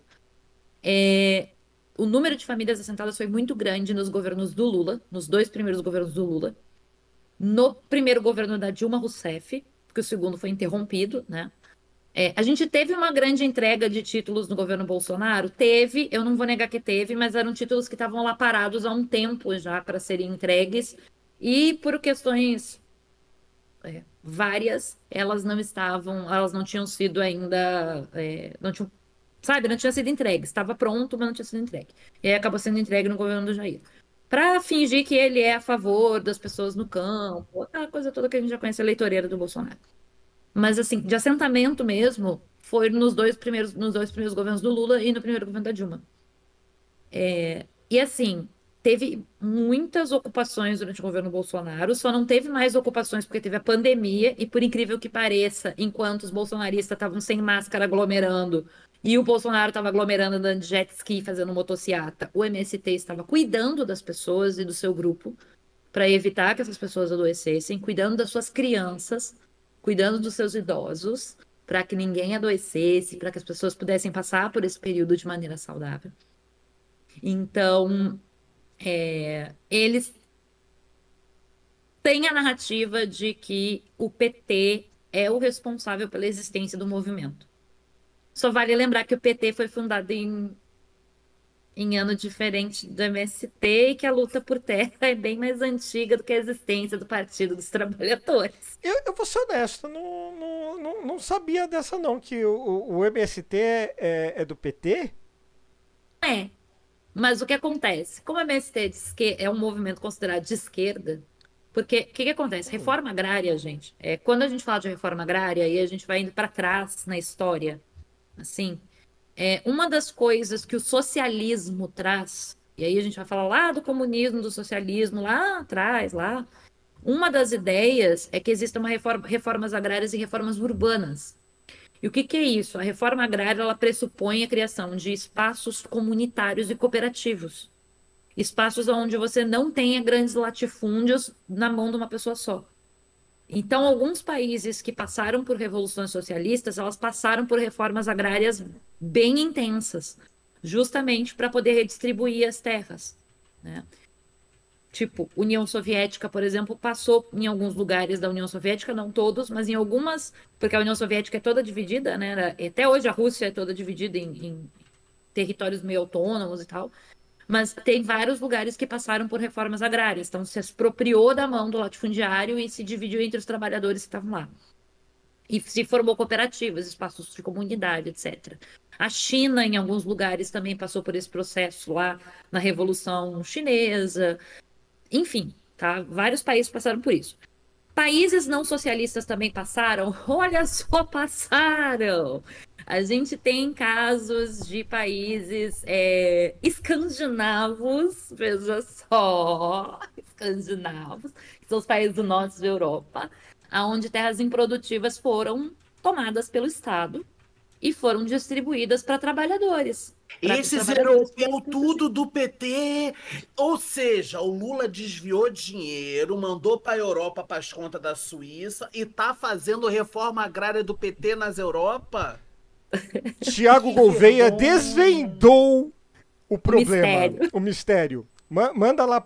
Speaker 3: É, o número de famílias assentadas foi muito grande nos governos do Lula, nos dois primeiros governos do Lula. No primeiro governo da Dilma Rousseff, porque o segundo foi interrompido, né? É, a gente teve uma grande entrega de títulos no governo Bolsonaro? Teve, eu não vou negar que teve, mas eram títulos que estavam lá parados há um tempo já para serem entregues. E por questões é, várias, elas não estavam, elas não tinham sido ainda, é, não tinham, sabe, não tinha sido entregue. Estava pronto, mas não tinha sido entregue. E aí acabou sendo entregue no governo do Jair. Para fingir que ele é a favor das pessoas no campo, aquela coisa toda que a gente já conhece, a eleitoreira do Bolsonaro. Mas, assim, de assentamento mesmo, foi nos dois primeiros, nos dois primeiros governos do Lula e no primeiro governo da Dilma. É, e, assim, teve muitas ocupações durante o governo Bolsonaro, só não teve mais ocupações porque teve a pandemia, e por incrível que pareça, enquanto os bolsonaristas estavam sem máscara aglomerando, e o Bolsonaro estava aglomerando andando de jet ski, fazendo motociata, o M S T estava cuidando das pessoas e do seu grupo, para evitar que essas pessoas adoecessem, cuidando das suas crianças, cuidando dos seus idosos, para que ninguém adoecesse, para que as pessoas pudessem passar por esse período de maneira saudável. Então, é, eles têm a narrativa de que o P T é o responsável pela existência do movimento. Só vale lembrar que o P T foi fundado em, em ano diferente do M S T e que a luta por terra é bem mais antiga do que a existência do Partido dos Trabalhadores.
Speaker 2: Eu, eu vou ser honesto, não, não, não, não sabia dessa não, que o, o M S T é, é do P T?
Speaker 3: É, mas o que acontece? Como o M S T é, de esquer- é um movimento considerado de esquerda, porque o que, que acontece? Reforma agrária, gente, é, quando a gente fala de reforma agrária, aí a gente vai indo para trás na história, assim, é, uma das coisas que o socialismo traz, e aí a gente vai falar lá do comunismo, do socialismo, lá atrás, lá, uma das ideias é que existam uma reforma, reformas agrárias e reformas urbanas. E o que, que é isso? A reforma agrária ela pressupõe a criação de espaços comunitários e cooperativos. Espaços onde você não tenha grandes latifúndios na mão de uma pessoa só. Então, alguns países que passaram por revoluções socialistas, elas passaram por reformas agrárias bem intensas, justamente para poder redistribuir as terras, né? Tipo, União Soviética, por exemplo, passou em alguns lugares da União Soviética, não todos, mas em algumas, porque a União Soviética é toda dividida, né? Até hoje a Rússia é toda dividida em, em territórios meio autônomos e tal. Mas tem vários lugares que passaram por reformas agrárias. Então, se expropriou da mão do latifundiário e se dividiu entre os trabalhadores que estavam lá. E se formou cooperativas, espaços de comunidade, etcétera. A China, em alguns lugares, também passou por esse processo lá na Revolução Chinesa. Enfim, tá? Vários países passaram por isso. Países não socialistas também passaram? Olha só, passaram! A gente tem casos de países é, escandinavos, veja só, escandinavos, que são os países do norte da Europa, onde terras improdutivas foram tomadas pelo Estado e foram distribuídas para trabalhadores. pra que os
Speaker 4: Esses
Speaker 3: trabalhadores
Speaker 4: europeus
Speaker 3: pudessem-
Speaker 4: tudo do P T. Ou seja, o Lula desviou dinheiro, mandou para a Europa para as contas da Suíça e tá fazendo reforma agrária do P T nas Europa?
Speaker 2: Tiago Gouveia desvendou o problema,
Speaker 3: mistério.
Speaker 2: o mistério. Ma- manda lá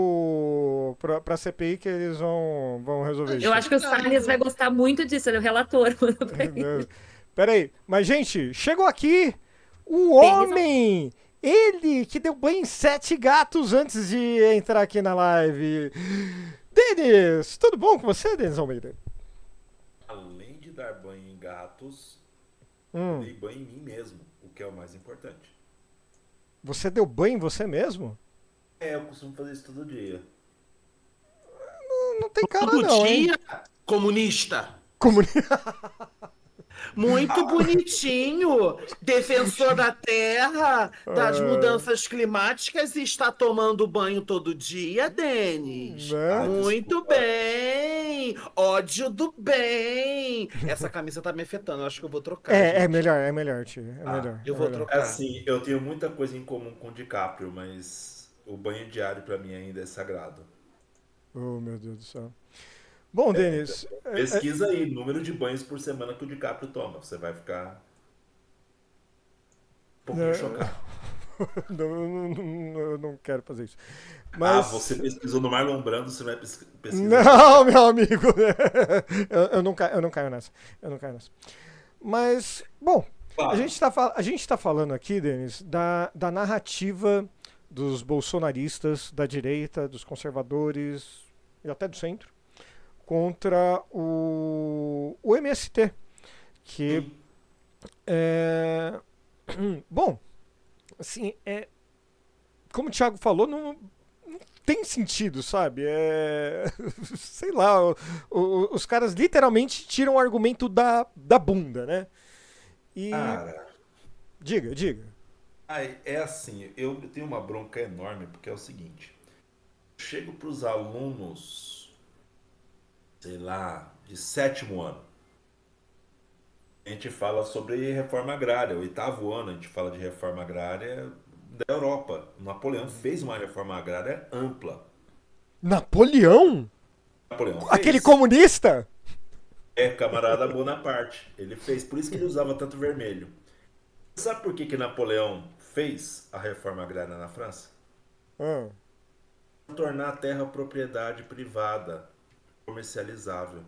Speaker 2: pro, pra, pra C P I que eles vão, vão resolver isso.
Speaker 3: Eu acho que o Salles vai gostar muito disso, ele é o relator. manda pra ele.
Speaker 2: Pera aí, mas gente, chegou aqui o
Speaker 3: Denis
Speaker 2: homem, ele que deu banho em sete gatos antes de entrar aqui na live. Denis, tudo bom com você, Denis Almeida?
Speaker 5: Além de dar banho em gatos,
Speaker 2: Hum,
Speaker 5: dei banho em mim mesmo, o que é o mais importante.
Speaker 2: você deu banho em você mesmo?
Speaker 5: É, eu costumo fazer isso todo dia.
Speaker 2: Não, não tem cara
Speaker 4: Todo
Speaker 2: não, hein?
Speaker 4: dia, comunista.
Speaker 2: Comuni...
Speaker 4: Muito bonitinho, defensor da terra, das
Speaker 2: Ah.
Speaker 4: mudanças climáticas e está tomando banho todo dia, Denis.
Speaker 2: Né?
Speaker 4: Muito
Speaker 5: desculpa.
Speaker 4: bem, ódio do bem. Essa camisa tá me afetando, eu acho que eu vou trocar.
Speaker 2: É, é
Speaker 4: gente.
Speaker 2: melhor, é melhor, tio. É
Speaker 5: Ah,
Speaker 2: melhor.
Speaker 4: eu
Speaker 2: é
Speaker 4: vou
Speaker 2: melhor.
Speaker 4: trocar.
Speaker 5: Assim, eu tenho muita coisa em comum com o DiCaprio, mas o banho diário pra mim ainda é sagrado.
Speaker 2: Oh, meu Deus do céu. Bom, Denis, é- é-
Speaker 5: Pesquisa aí, número de banhos por semana que o DiCaprio toma. Você vai ficar um pouquinho
Speaker 2: É.
Speaker 5: chocado.
Speaker 2: não, não, não- eu não quero fazer isso.
Speaker 5: Ah,
Speaker 2: Mas...
Speaker 5: você pesquisou no Marlon Brando, você vai pes- pesquisar.
Speaker 2: Não, meu amigo. eu, eu, não caio, eu não caio nessa. Eu não caio nessa. Mas, bom,
Speaker 5: Claro.
Speaker 2: a gente está a gente tá falando aqui, Denis, da, da narrativa dos bolsonaristas, da direita, dos conservadores e até do centro, contra o, o M S T, que
Speaker 5: Sim.
Speaker 2: é... Bom, assim, é... como o Thiago falou, não, não tem sentido, sabe? É... Sei lá, o- o- os caras literalmente tiram o argumento da, da bunda, né? E...
Speaker 5: Cara,
Speaker 2: Diga, diga.
Speaker 5: ai, é assim, eu tenho uma bronca enorme, porque é o seguinte. Eu chego pros alunos, sei lá, de sétimo ano. A gente fala sobre reforma agrária. O oitavo ano a gente fala de reforma agrária da Europa. O Napoleão fez uma reforma agrária ampla.
Speaker 2: Napoleão?
Speaker 5: Napoleão fez.
Speaker 2: Aquele comunista?
Speaker 5: É, camarada Bonaparte. Ele fez, por isso que ele usava tanto vermelho. Sabe por que que Napoleão fez a reforma agrária na França?
Speaker 2: Ah,
Speaker 5: Tornar a terra propriedade privada, comercializável.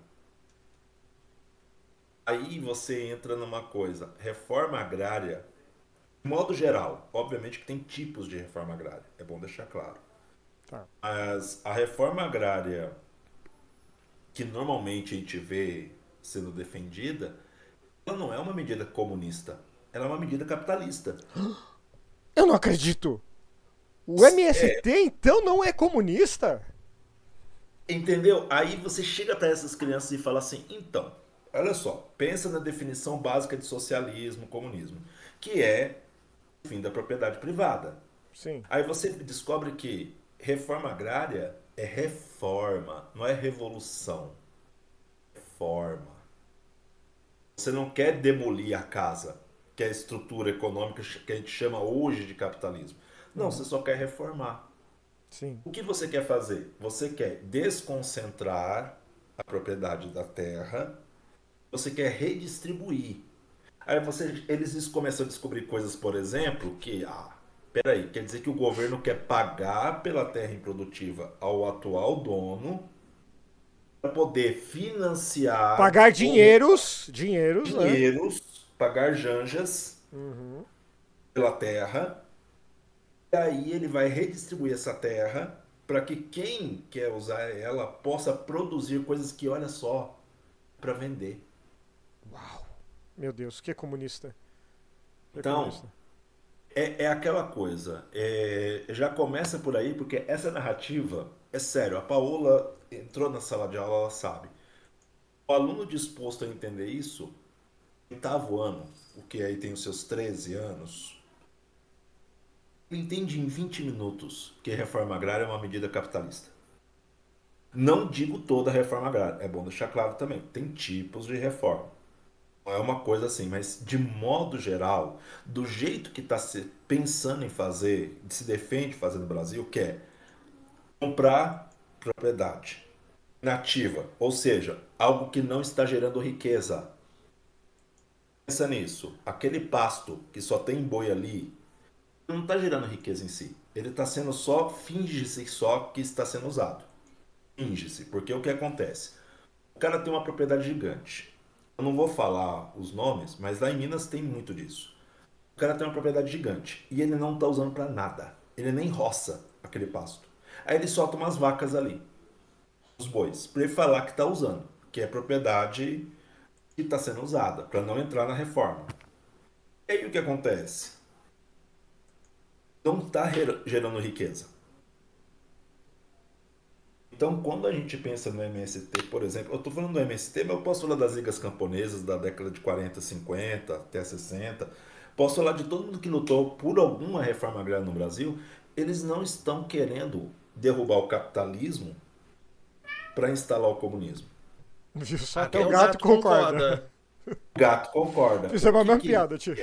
Speaker 5: Aí você entra numa coisa, reforma agrária, de modo geral, obviamente que tem tipos de reforma agrária, é bom deixar claro.
Speaker 2: tá.
Speaker 5: Mas a reforma agrária que normalmente a gente vê sendo defendida, ela não é uma medida comunista, ela é uma medida capitalista.
Speaker 2: Eu não acredito. O M S T, então, não é comunista?
Speaker 5: Entendeu? Aí você chega para essas crianças e fala assim, então, olha só, pensa na definição básica de socialismo, comunismo, que é o fim da propriedade privada.
Speaker 2: Sim.
Speaker 5: Aí você descobre que reforma agrária é reforma, não é revolução. Reforma. Você não quer demolir a casa, que é a estrutura econômica que a gente chama hoje de capitalismo. Não, você só quer reformar.
Speaker 2: Sim.
Speaker 5: O que você quer fazer? Você quer desconcentrar a propriedade da terra, você quer redistribuir. Aí você, eles começam a descobrir coisas, por exemplo, que, ah, peraí, quer dizer que o governo quer pagar pela terra improdutiva ao atual dono para poder financiar
Speaker 2: Pagar dinheiros, dinheiros, né?
Speaker 5: dinheiros, pagar janjas
Speaker 2: Uhum.
Speaker 5: pela terra. E aí ele vai redistribuir essa terra para que quem quer usar ela possa produzir coisas que, olha só, para vender.
Speaker 2: Uau. Meu Deus, que comunista. Que
Speaker 5: Então,
Speaker 2: comunista.
Speaker 5: É, é aquela coisa, é, já começa por aí, porque essa narrativa, é sério, a Paola entrou na sala de aula, ela sabe. O aluno disposto a entender isso, oitavo ano, o que aí tem os seus treze anos, ele entende em vinte minutos que a reforma agrária é uma medida capitalista. Não digo toda a reforma agrária, é bom deixar claro também, tem tipos de reforma. Não é uma coisa assim, mas de modo geral, do jeito que está se pensando em fazer, se defende fazer no Brasil, que é comprar propriedade nativa, ou seja, algo que não está gerando riqueza. Pensa nisso, aquele pasto que só tem boi ali, não está gerando riqueza em si. Ele está sendo só, finge-se só que está sendo usado. Finge-se, porque o que acontece? O cara tem uma propriedade gigante. Eu não vou falar os nomes, mas lá em Minas tem muito disso. O cara tem uma propriedade gigante e ele não está usando para nada. Ele nem roça aquele pasto. Aí ele solta umas vacas ali, os bois, para ele falar que está usando, que é propriedade que está sendo usada, para não entrar na reforma. E aí o que acontece? Não está gerando riqueza. Então, quando a gente pensa no M S T, por exemplo, eu estou falando do M S T, mas eu posso falar das ligas camponesas da década de quarenta, cinquenta até sessenta. Posso falar de todo mundo que lutou por alguma reforma agrária no Brasil. Eles não estão querendo derrubar o capitalismo para instalar o comunismo.
Speaker 2: Viu só?
Speaker 4: Até
Speaker 2: Até o
Speaker 4: o
Speaker 2: gato
Speaker 4: gato
Speaker 2: concorda.
Speaker 5: O gato concorda.
Speaker 2: Isso é
Speaker 5: O
Speaker 2: uma
Speaker 5: que
Speaker 2: mesma
Speaker 5: que-
Speaker 2: piada, tio.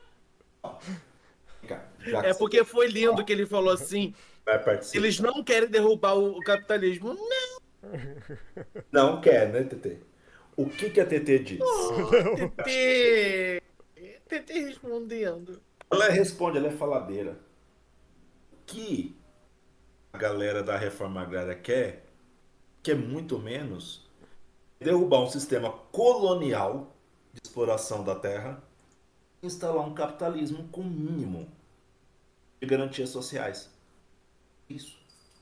Speaker 5: Já que
Speaker 4: É
Speaker 5: você
Speaker 4: porque foi lindo que ele falou assim:
Speaker 5: vai participar.
Speaker 4: eles não querem derrubar o, o capitalismo.
Speaker 5: Não quer, né, T T? O que, que a T T diz?
Speaker 4: Não, T T. T T respondendo.
Speaker 5: Ela responde, ela é faladeira. O que a galera da reforma agrária quer, que é muito menos, derrubar um sistema colonial de exploração da terra e instalar um capitalismo com mínimo de garantias sociais. Isso.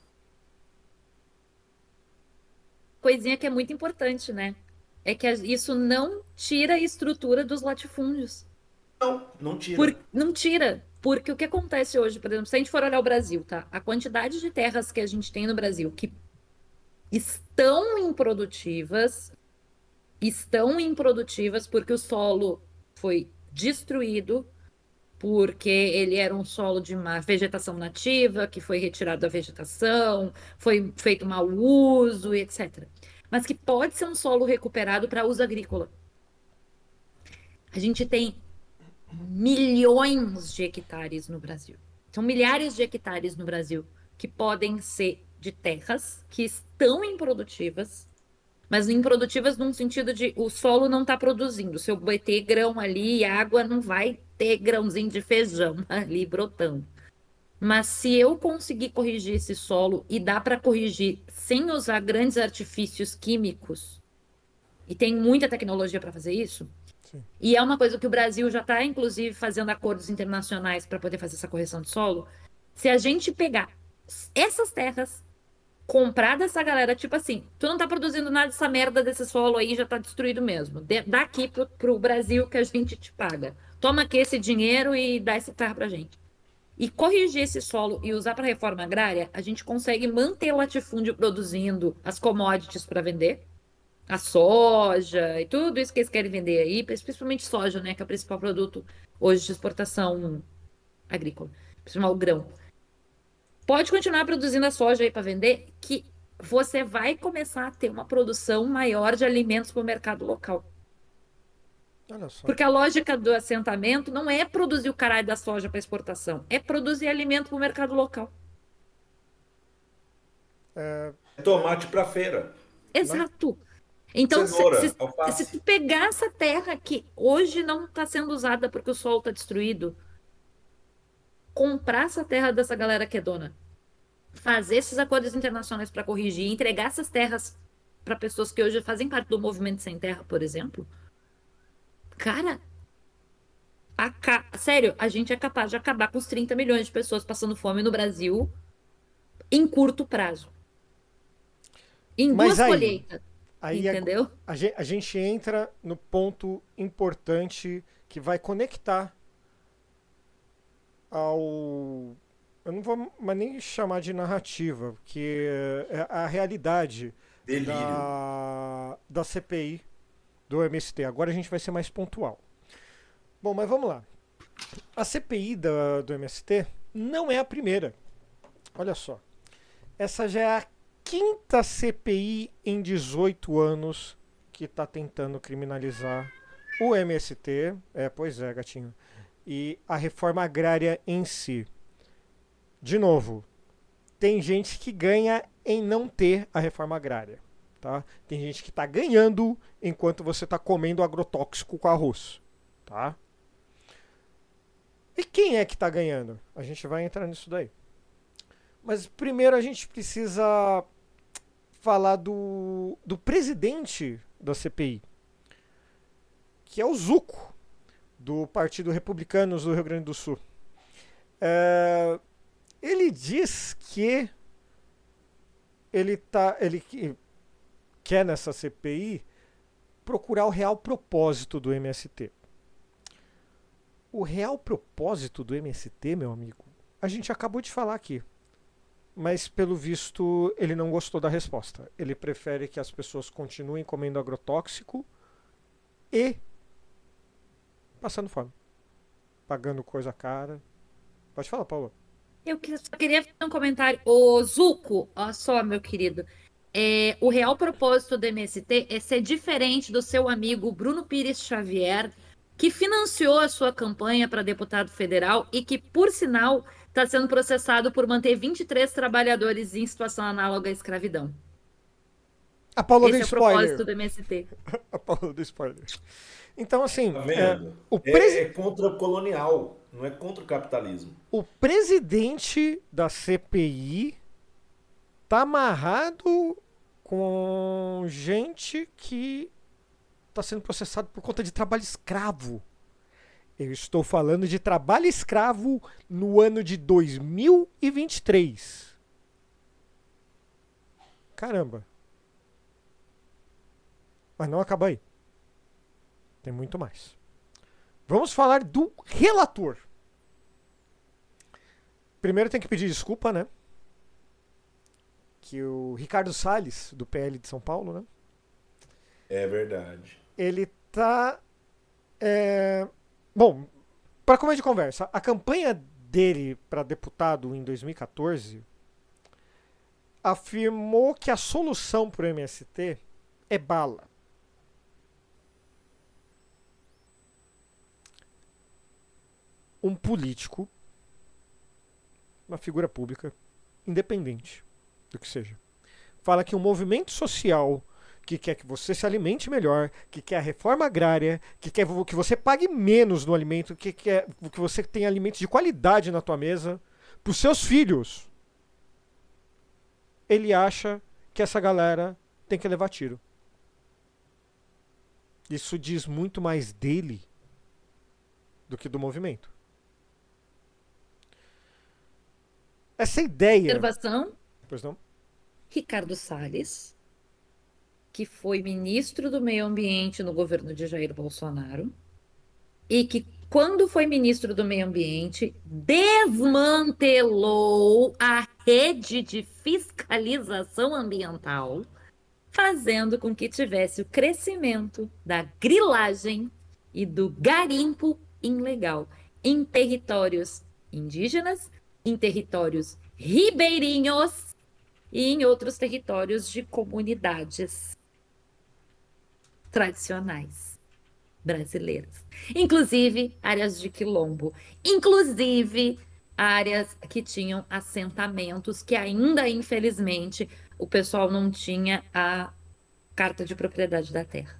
Speaker 3: Coisinha que é muito importante, né? É que a- isso não tira a estrutura dos latifúndios.
Speaker 5: Não, não tira.
Speaker 3: Por- não tira. Porque o que acontece hoje, por exemplo, se a gente for olhar o Brasil, tá? A quantidade de terras que a gente tem no Brasil que estão improdutivas, estão improdutivas porque o solo foi destruído, porque ele era um solo de uma vegetação nativa, que foi retirado da vegetação, foi feito mau uso, e etcétera. Mas que pode ser um solo recuperado para uso agrícola. A gente tem milhões de hectares no Brasil. São milhares de hectares no Brasil que podem ser de terras que estão improdutivas, mas improdutivas num sentido de o solo não está produzindo. Se eu bater grão ali, água não vai ter grãozinho de feijão ali brotando. Mas se eu conseguir corrigir esse solo, e dá para corrigir sem usar grandes artifícios químicos, e tem muita tecnologia para fazer isso,
Speaker 2: Sim.
Speaker 3: e é uma coisa que o Brasil já está, inclusive, fazendo acordos internacionais para poder fazer essa correção de solo. Se a gente pegar essas terras, comprar dessa galera, tipo assim, tu não tá produzindo nada dessa merda desse solo aí, já tá destruído mesmo. De- dá aqui pro, pro Brasil que a gente te paga. Toma aqui esse dinheiro e dá essa terra pra gente. E corrigir esse solo e usar para reforma agrária, a gente consegue manter o latifúndio produzindo as commodities para vender, a soja e tudo isso que eles querem vender aí, principalmente soja, né, que é o principal produto hoje de exportação agrícola, principalmente o grão. Pode continuar produzindo a soja aí para vender, que você vai começar a ter uma produção maior de alimentos para o mercado local.
Speaker 2: Olha só.
Speaker 3: Porque a lógica do assentamento não é produzir o caralho da soja para exportação, é produzir alimento para o mercado local.
Speaker 2: É,
Speaker 5: Tomate pra feira.
Speaker 3: Exato. Então, se,
Speaker 5: Cenoura,
Speaker 3: se,
Speaker 5: alface.
Speaker 3: se tu pegar essa terra que hoje não está sendo usada porque o solo está destruído, comprar essa terra dessa galera que é dona, fazer esses acordos internacionais para corrigir, entregar essas terras para pessoas que hoje fazem parte do movimento sem terra, por exemplo, cara, a ca- sério, a gente é capaz de acabar com os trinta milhões de pessoas passando fome no Brasil em curto prazo. Em
Speaker 2: Mas
Speaker 3: duas
Speaker 2: aí-
Speaker 3: colheitas,
Speaker 2: aí é-
Speaker 3: entendeu?
Speaker 2: a, gen- a gente entra no ponto importante que vai conectar ao. Eu não vou mais nem chamar de narrativa, porque é a realidade
Speaker 5: Delírio.
Speaker 2: da, da C P I do M S T. Agora a gente vai ser mais pontual. Bom, mas vamos lá. A C P I da, do M S T não é a primeira. Olha só. Essa já é a quinta C P I em dezoito anos que está tentando criminalizar o M S T. É, pois é, gatinho. E a reforma agrária em si. De novo, tem gente que ganha em não ter a reforma agrária. Tá? Tem gente que está ganhando enquanto você está comendo agrotóxico com arroz. Tá? E quem é que está ganhando? A gente vai entrar nisso daí. Mas primeiro a gente precisa falar do, do presidente da C P I, que é o Zuco, do Partido Republicanos do Rio Grande do Sul. É, ele diz que ele, tá, ele que- quer nessa C P I procurar o real propósito do M S T. O real propósito do M S T, meu amigo, a gente acabou de falar aqui. mas pelo visto ele não gostou da resposta. Ele prefere que as pessoas continuem comendo agrotóxico e passando fome, pagando coisa cara. Pode falar, Paula.
Speaker 3: Eu que- só queria fazer um comentário. Ô, Zuco, olha só, meu querido. É, o real propósito do M S T é ser diferente do seu amigo Bruno Pires Xavier, que financiou a sua campanha para deputado federal e que, por sinal, está sendo processado por manter vinte e três trabalhadores em situação análoga à escravidão.
Speaker 2: A Paula deu
Speaker 3: Esse é o propósito
Speaker 2: spoiler.
Speaker 3: do M S T.
Speaker 2: A Paula deu spoiler. Então, assim,
Speaker 5: Tá
Speaker 2: é,
Speaker 5: vendo?
Speaker 2: o,
Speaker 5: É,
Speaker 2: presi-
Speaker 5: é contra o colonial, não é contra o capitalismo.
Speaker 2: o presidente da C P I tá amarrado com gente que tá sendo processado por conta de trabalho escravo. Eu estou falando de trabalho escravo no ano de dois mil e vinte e três. Caramba. Mas não acaba aí. Tem muito mais. Vamos falar do relator. Primeiro tem que pedir desculpa, né? Que o Ricardo Salles, do P L de São Paulo, né?
Speaker 5: É verdade.
Speaker 2: Ele tá. é, Bom, para começo de conversa, a campanha dele para deputado em dois mil e quatorze afirmou que a solução para o M S T é bala. Um político, uma figura pública, independente do que seja, fala que um movimento social que quer que você se alimente melhor, que quer a reforma agrária, que quer que você pague menos no alimento, que quer que você tenha alimentos de qualidade na tua mesa, para os seus filhos, ele acha que essa galera tem que levar tiro. Isso diz muito mais dele do que do movimento. Essa ideia...
Speaker 3: Observação:
Speaker 2: Pois não?
Speaker 3: Ricardo Salles, que foi ministro do Meio Ambiente no governo de Jair Bolsonaro, e que, quando foi ministro do Meio Ambiente, desmantelou a rede de fiscalização ambiental, fazendo com que tivesse o crescimento da grilagem e do garimpo ilegal em territórios indígenas, em territórios ribeirinhos e em outros territórios de comunidades tradicionais brasileiras, inclusive áreas de quilombo, inclusive áreas que tinham assentamentos que ainda, infelizmente, o pessoal não tinha a carta de propriedade da terra.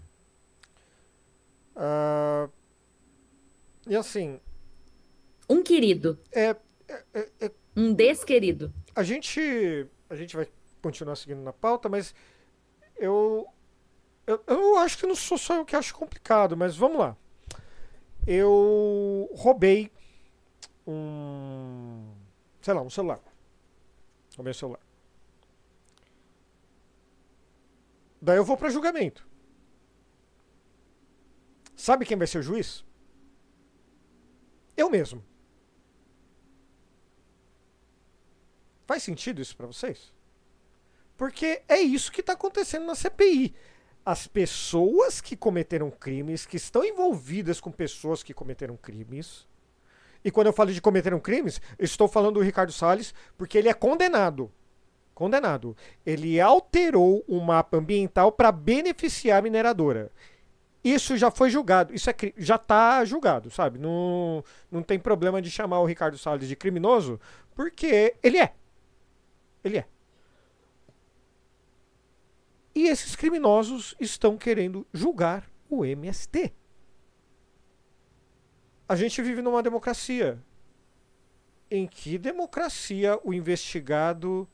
Speaker 2: Ah, e assim,
Speaker 3: Um querido,
Speaker 2: é,
Speaker 3: um desquerido.
Speaker 2: a gente a gente vai continuar seguindo na pauta, mas eu eu, eu acho que não sou só eu que acho complicado, mas vamos lá. Eu roubei um, sei lá, um celular. Roubei um celular. Daí eu vou para julgamento. Sabe quem vai ser o juiz? Eu mesmo. Faz sentido isso pra vocês? Porque é isso que está acontecendo na C P I. As pessoas que cometeram crimes, que estão envolvidas com pessoas que cometeram crimes. E quando eu falo de cometeram crimes, eu estou falando do Ricardo Salles, porque ele é condenado. Condenado. Ele alterou o mapa ambiental para beneficiar a mineradora. Isso já foi julgado. Isso é, cri- já está julgado, sabe? Não, não tem problema de chamar o Ricardo Salles de criminoso, porque ele é. Ele é. E esses criminosos estão querendo julgar o M S T. A gente vive numa democracia. Em que democracia o investigado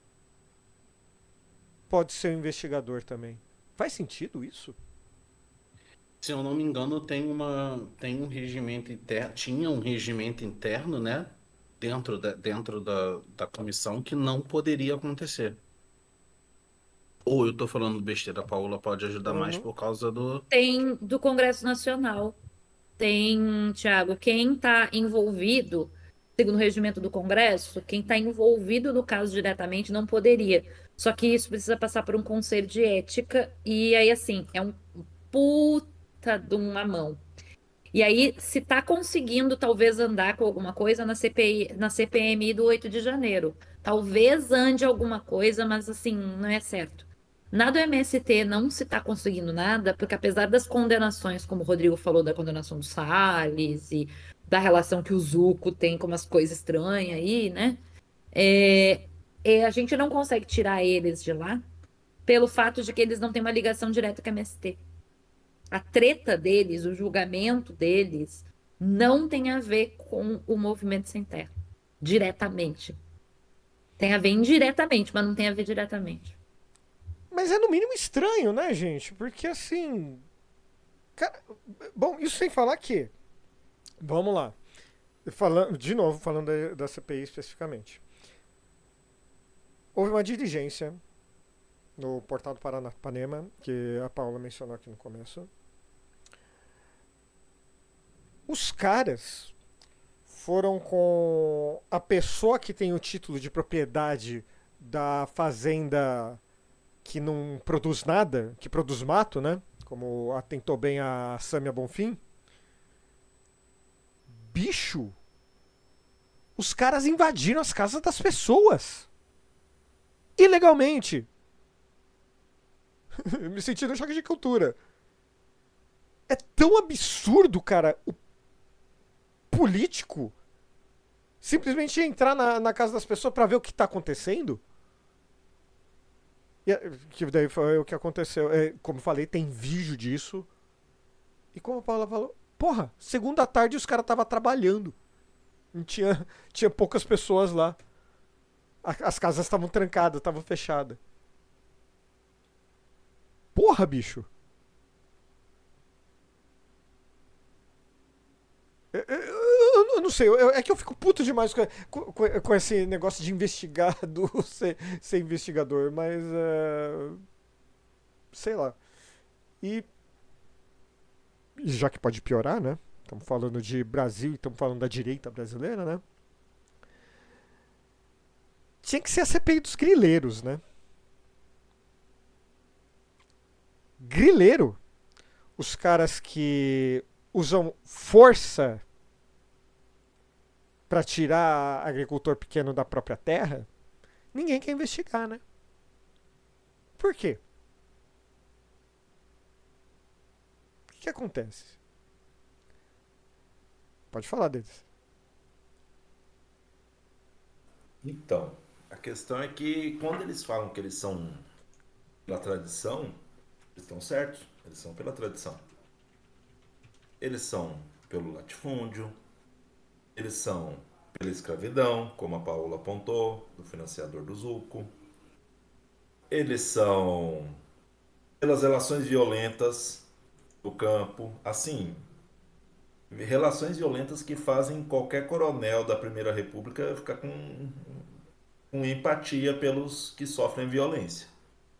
Speaker 2: pode ser um investigador também? Faz sentido isso?
Speaker 4: Se eu não me engano, tem uma, tem um regimento interno, tinha um regimento interno, né, dentro da, dentro da, da comissão que não poderia acontecer. Ou eu tô falando besteira, a Paula pode ajudar mais
Speaker 2: Uhum.
Speaker 4: por causa do...
Speaker 3: Tem do Congresso Nacional. Tem, Tiago, quem está envolvido segundo o regimento do Congresso, quem está envolvido no caso diretamente não poderia. Só que isso precisa passar por um conselho de ética, e aí, assim, é um puta de uma mão. E aí, se está conseguindo talvez andar com alguma coisa na C P I, na C P M I do oito de janeiro. Talvez ande alguma coisa, mas assim, não é certo. Na do M S T não se está conseguindo nada, porque apesar das condenações, como o Rodrigo falou, da condenação do Salles e da relação que o Zuco tem com umas coisas estranhas aí, né? É, é, a gente não consegue tirar eles de lá pelo fato de que eles não têm uma ligação direta com a M S T. A treta deles, o julgamento deles, não tem a ver com o movimento sem terra, diretamente. Tem a ver indiretamente, mas não tem a ver diretamente.
Speaker 2: Mas é no mínimo estranho, né, gente? Porque assim. Cara, bom, isso sem falar que. Vamos lá. Falando, de novo, falando da, da C P I especificamente. Houve uma diligência no portal do Paranapanema, que a Paula mencionou aqui no começo. Os caras foram com a pessoa que tem o título de propriedade da fazenda que não produz nada, que produz mato, né? Como atentou bem a Sâmia Bonfim. Bicho! Os caras invadiram as casas das pessoas. Ilegalmente. Me senti no choque de cultura. É tão absurdo, cara, o político simplesmente entrar na, na casa das pessoas pra ver o que tá acontecendo. E, que daí foi o que aconteceu. É, como falei, tem vídeo disso. E como a Paula falou, porra, segunda tarde os caras estavam trabalhando. Não tinha, tinha poucas pessoas lá. A, as casas estavam trancadas, estavam fechadas. Porra, bicho. Eu, eu, eu não sei, eu, é que eu fico puto demais com, com, com esse negócio de investigado ser, ser investigador, mas. Uh, sei lá. E. Já que pode piorar, né? Estamos falando de Brasil e estamos falando da direita brasileira, né? Tinha que ser a C P I dos grileiros, né? Grileiro. Os caras que usam força para tirar agricultor pequeno da própria terra, ninguém quer investigar, né? Por quê? O que, que acontece? Pode falar deles.
Speaker 5: Então, a questão é que quando eles falam que eles são pela tradição, eles estão certos, eles são pela tradição. Eles são pelo latifúndio, eles são pela escravidão, como a Paola apontou, do financiador do Zuco. Eles são pelas relações violentas do campo, assim, relações violentas que fazem qualquer coronel da Primeira República ficar com, com empatia pelos que sofrem violência.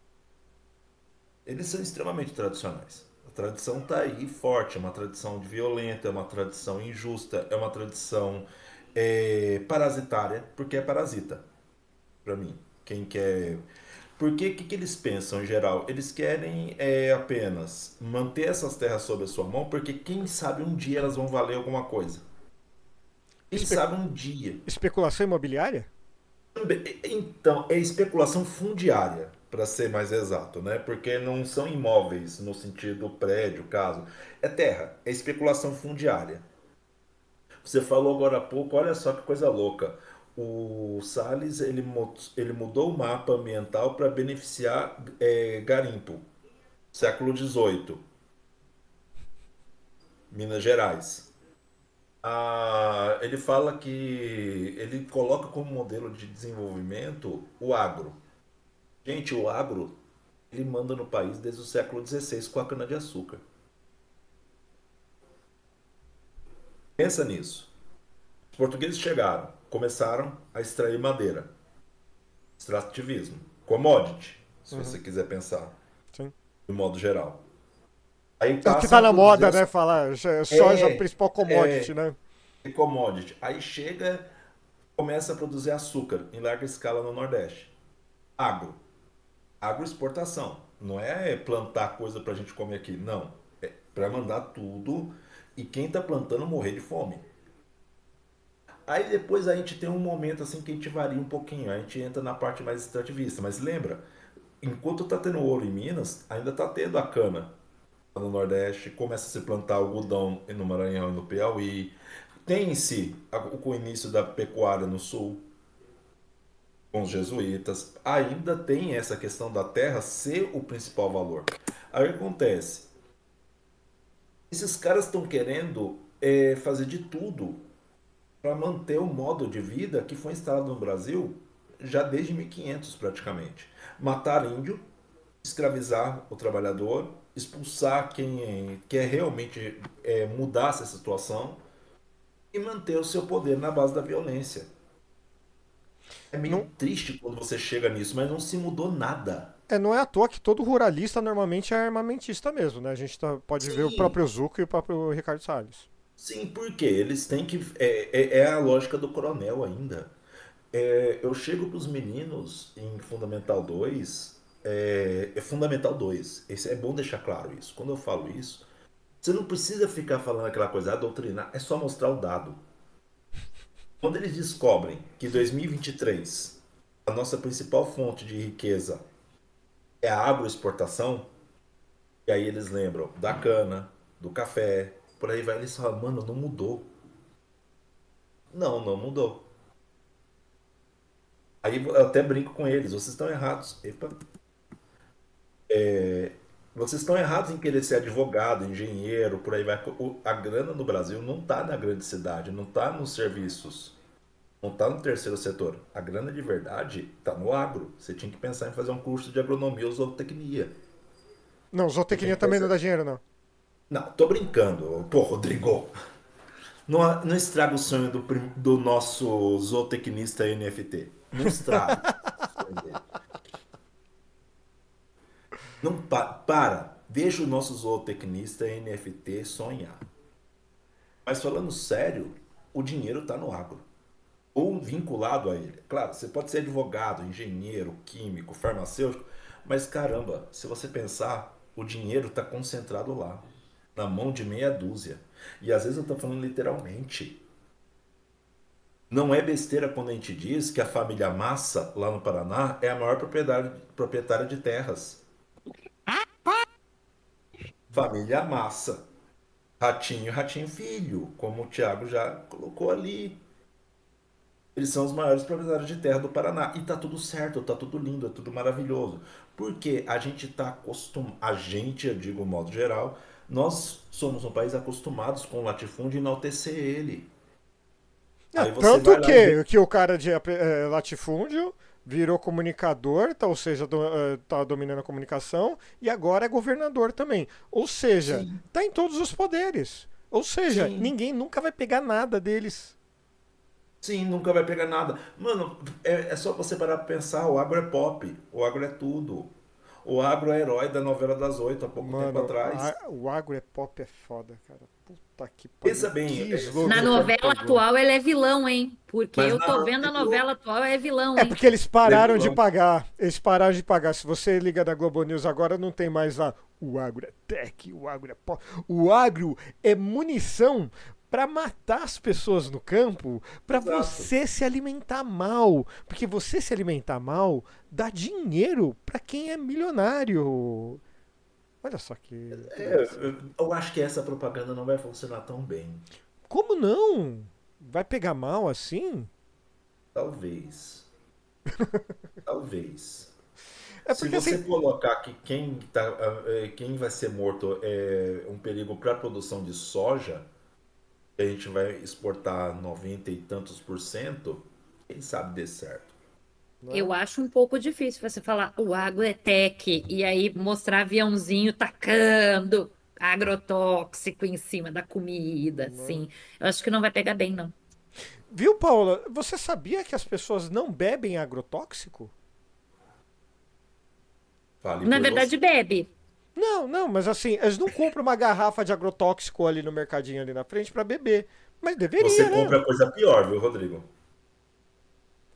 Speaker 5: Eles são extremamente tradicionais. A tradição está aí forte, é uma tradição de violenta, é uma tradição injusta, é uma tradição é, parasitária, porque é parasita, para mim. Quem quer... Porque o que, que eles pensam em geral? Eles querem é, apenas manter essas terras sob a sua mão, porque quem sabe um dia elas vão valer alguma coisa. Quem
Speaker 2: Espe-
Speaker 5: sabe um dia.
Speaker 2: Especulação imobiliária?
Speaker 5: Então, é especulação fundiária, para ser mais exato, né? Porque não são imóveis no sentido prédio, caso. É terra, é especulação fundiária. Você falou agora há pouco, olha só que coisa louca. O Salles ele, ele mudou o mapa ambiental para beneficiar é, garimpo. Século dezoito. Minas Gerais. Ah, ele fala que ele coloca como modelo de desenvolvimento o agro. Gente, o agro ele manda no país desde o século dezesseis com a cana-de-açúcar. Pensa nisso. Os portugueses chegaram, começaram a extrair madeira. Extrativismo. Commodity, se
Speaker 2: Uhum.
Speaker 5: você quiser pensar.
Speaker 2: Sim.
Speaker 5: De modo geral. Aí
Speaker 2: É o que
Speaker 5: passam
Speaker 2: tá na
Speaker 5: a
Speaker 2: moda,
Speaker 5: produzir
Speaker 2: né? Falar, soja é a principal commodity,
Speaker 5: é,
Speaker 2: né?
Speaker 5: commodity. Aí chega começa a produzir açúcar em larga escala no Nordeste. Agro. Agroexportação. Não é plantar coisa pra gente comer aqui, não. É pra mandar tudo e quem tá plantando morrer de fome. Aí depois a gente tem um momento assim que a gente varia um pouquinho, a gente entra na parte mais extrativista, mas lembra, enquanto tá tendo ouro em Minas, ainda tá tendo a cana no Nordeste, começa a se plantar algodão no Maranhão e no Piauí, tem-se a- o início da pecuária no Sul, com os jesuítas, ainda tem essa questão da terra ser o principal valor. Aí o que acontece? Esses caras estão querendo é, fazer de tudo para manter o modo de vida que foi instalado no Brasil já desde mil e quinhentos praticamente. Matar índio, escravizar o trabalhador, expulsar quem quer realmente é, mudar essa situação e manter o seu poder na base da violência. É meio
Speaker 2: Não,
Speaker 5: triste quando você chega nisso, mas não se mudou nada.
Speaker 2: é, não é à toa que todo ruralista normalmente é armamentista mesmo, né? A gente tá- pode ver o
Speaker 5: Sim,
Speaker 2: próprio Zucco e o próprio Ricardo Salles.
Speaker 5: sim, porque eles têm que. É, é, é a lógica do coronel ainda. É, eu chego para os meninos em Fundamental dois. É, é Fundamental dois. Esse, é bom deixar claro isso. Quando eu falo isso, você não precisa ficar falando aquela coisa, ah, doutrinar, é só mostrar o dado. Quando eles descobrem que dois mil e vinte e três a nossa principal fonte de riqueza é a agroexportação, e aí eles lembram da cana, do café, por aí vai, eles falam, mano, não mudou. Não, não mudou. Aí eu até brinco com eles, vocês estão errados. Epa, vocês estão errados em querer ser advogado, engenheiro, por aí vai. O- A grana no Brasil não está na grande cidade, não está nos serviços, não está no terceiro setor. A grana de verdade está no agro. Você tinha que pensar em fazer um curso de agronomia ou zootecnia.
Speaker 2: Não,
Speaker 5: Você tinha
Speaker 2: zootecnia
Speaker 5: que
Speaker 2: também não
Speaker 5: pensar.
Speaker 2: dá dinheiro, não.
Speaker 5: Não, tô brincando. Pô, Rodrigo, não, não estraga o sonho do, prim- do nosso zootecnista N F T. Não estraga o sonho dele. Não pa- para. Deixa o nosso zootecnista N F T sonhar. Mas falando sério, o dinheiro está no agro. Ou vinculado a ele. Claro, você pode ser advogado, engenheiro, químico, farmacêutico, mas caramba, se você pensar, o dinheiro está concentrado lá, na mão de meia dúzia. E às vezes eu estou falando literalmente. Não é besteira quando a gente diz que a família Massa, lá no Paraná, é a maior propriedade, proprietária de terras. Família Massa. Ratinho, Ratinho Filho, como o Thiago já colocou ali. Eles são os maiores proprietários de terra do Paraná. E tá tudo certo, tá tudo lindo, é tudo maravilhoso. Porque a gente tá acostumado. A gente, eu digo de modo geral, nós somos um país acostumados com o latifúndio e enaltecer ele.
Speaker 2: É,
Speaker 5: Aí você
Speaker 2: tanto
Speaker 5: vai lá e vê.
Speaker 2: que, que o cara de eh, latifúndio virou comunicador, tá, ou seja, do, eh, tá dominando a comunicação, e agora é governador também. Ou seja,
Speaker 5: Sim,
Speaker 2: tá em todos os poderes. Ou seja,
Speaker 5: sim,
Speaker 2: ninguém nunca vai pegar nada deles.
Speaker 5: sim, nunca vai pegar nada. Mano, é, é só você parar pra pensar, o agro é pop, o agro é tudo. O agro é herói da novela das oito há pouco tempo
Speaker 2: Mano,
Speaker 5: atrás.
Speaker 2: a- o agro é pop é foda, cara. Puta que
Speaker 5: Pensa
Speaker 2: pariu.
Speaker 5: bem,
Speaker 2: Que
Speaker 5: é, se
Speaker 3: Na
Speaker 2: slogan
Speaker 5: você for.
Speaker 3: novela
Speaker 2: pegou.
Speaker 3: atual, ele é vilão, hein? Porque
Speaker 5: Mas
Speaker 3: eu tô
Speaker 5: na
Speaker 3: vendo a
Speaker 5: anterior,
Speaker 3: novela atual, é vilão,
Speaker 2: É
Speaker 3: hein?
Speaker 2: porque eles
Speaker 5: ele é
Speaker 2: pararam de
Speaker 5: vilão.
Speaker 2: pagar. Eles pararam de pagar. Se você liga da Globo News agora, não tem mais lá. O agro é tech, o agro é pop. O agro é munição pra matar as pessoas no campo, pra
Speaker 5: Exato.
Speaker 2: você se alimentar mal. Porque você se alimentar mal dá dinheiro pra quem é milionário. Olha só que, que
Speaker 5: É,
Speaker 2: graça.
Speaker 5: eu acho que essa propaganda não vai funcionar tão bem.
Speaker 2: Como não? Vai pegar mal assim?
Speaker 5: Talvez. Talvez.
Speaker 2: É
Speaker 5: Se
Speaker 2: porque
Speaker 5: você
Speaker 2: assim.
Speaker 5: colocar que quem, tá, eh, quem vai ser morto é um perigo para a produção de soja, que a gente vai exportar noventa e tantos por cento, quem sabe dê certo.
Speaker 2: Não
Speaker 3: Eu
Speaker 2: é?
Speaker 3: acho um pouco difícil você falar o agro é tech e aí mostrar aviãozinho tacando agrotóxico em cima da comida,
Speaker 2: Não é?
Speaker 3: assim. Eu acho que não vai pegar bem, não.
Speaker 2: Viu, Paula? Você sabia que as pessoas não bebem agrotóxico?
Speaker 5: Fale
Speaker 3: Na
Speaker 5: por você.
Speaker 3: verdade, bebe.
Speaker 2: Não, não, mas assim, eles não compram uma garrafa de agrotóxico ali no mercadinho ali na frente pra beber. Mas
Speaker 5: Você
Speaker 2: deveria, né?
Speaker 5: compra coisa pior, viu, Rodrigo?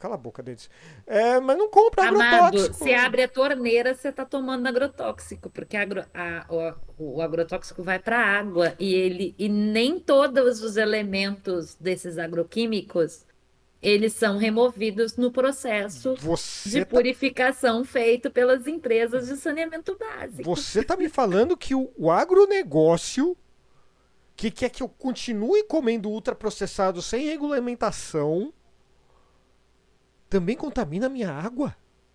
Speaker 2: Cala a boca, Denis. É, mas não compra
Speaker 3: Amado,
Speaker 2: agrotóxico.
Speaker 3: você abre a torneira, você tá tomando agrotóxico, porque agro- a- o, o agrotóxico vai para a água e ele e nem todos os elementos desses agroquímicos eles são removidos no processo de
Speaker 2: Você tá,
Speaker 3: purificação feito pelas empresas de saneamento básico.
Speaker 2: você tá me falando que o, o agronegócio que quer que eu continue comendo ultraprocessado sem regulamentação também contamina a minha água?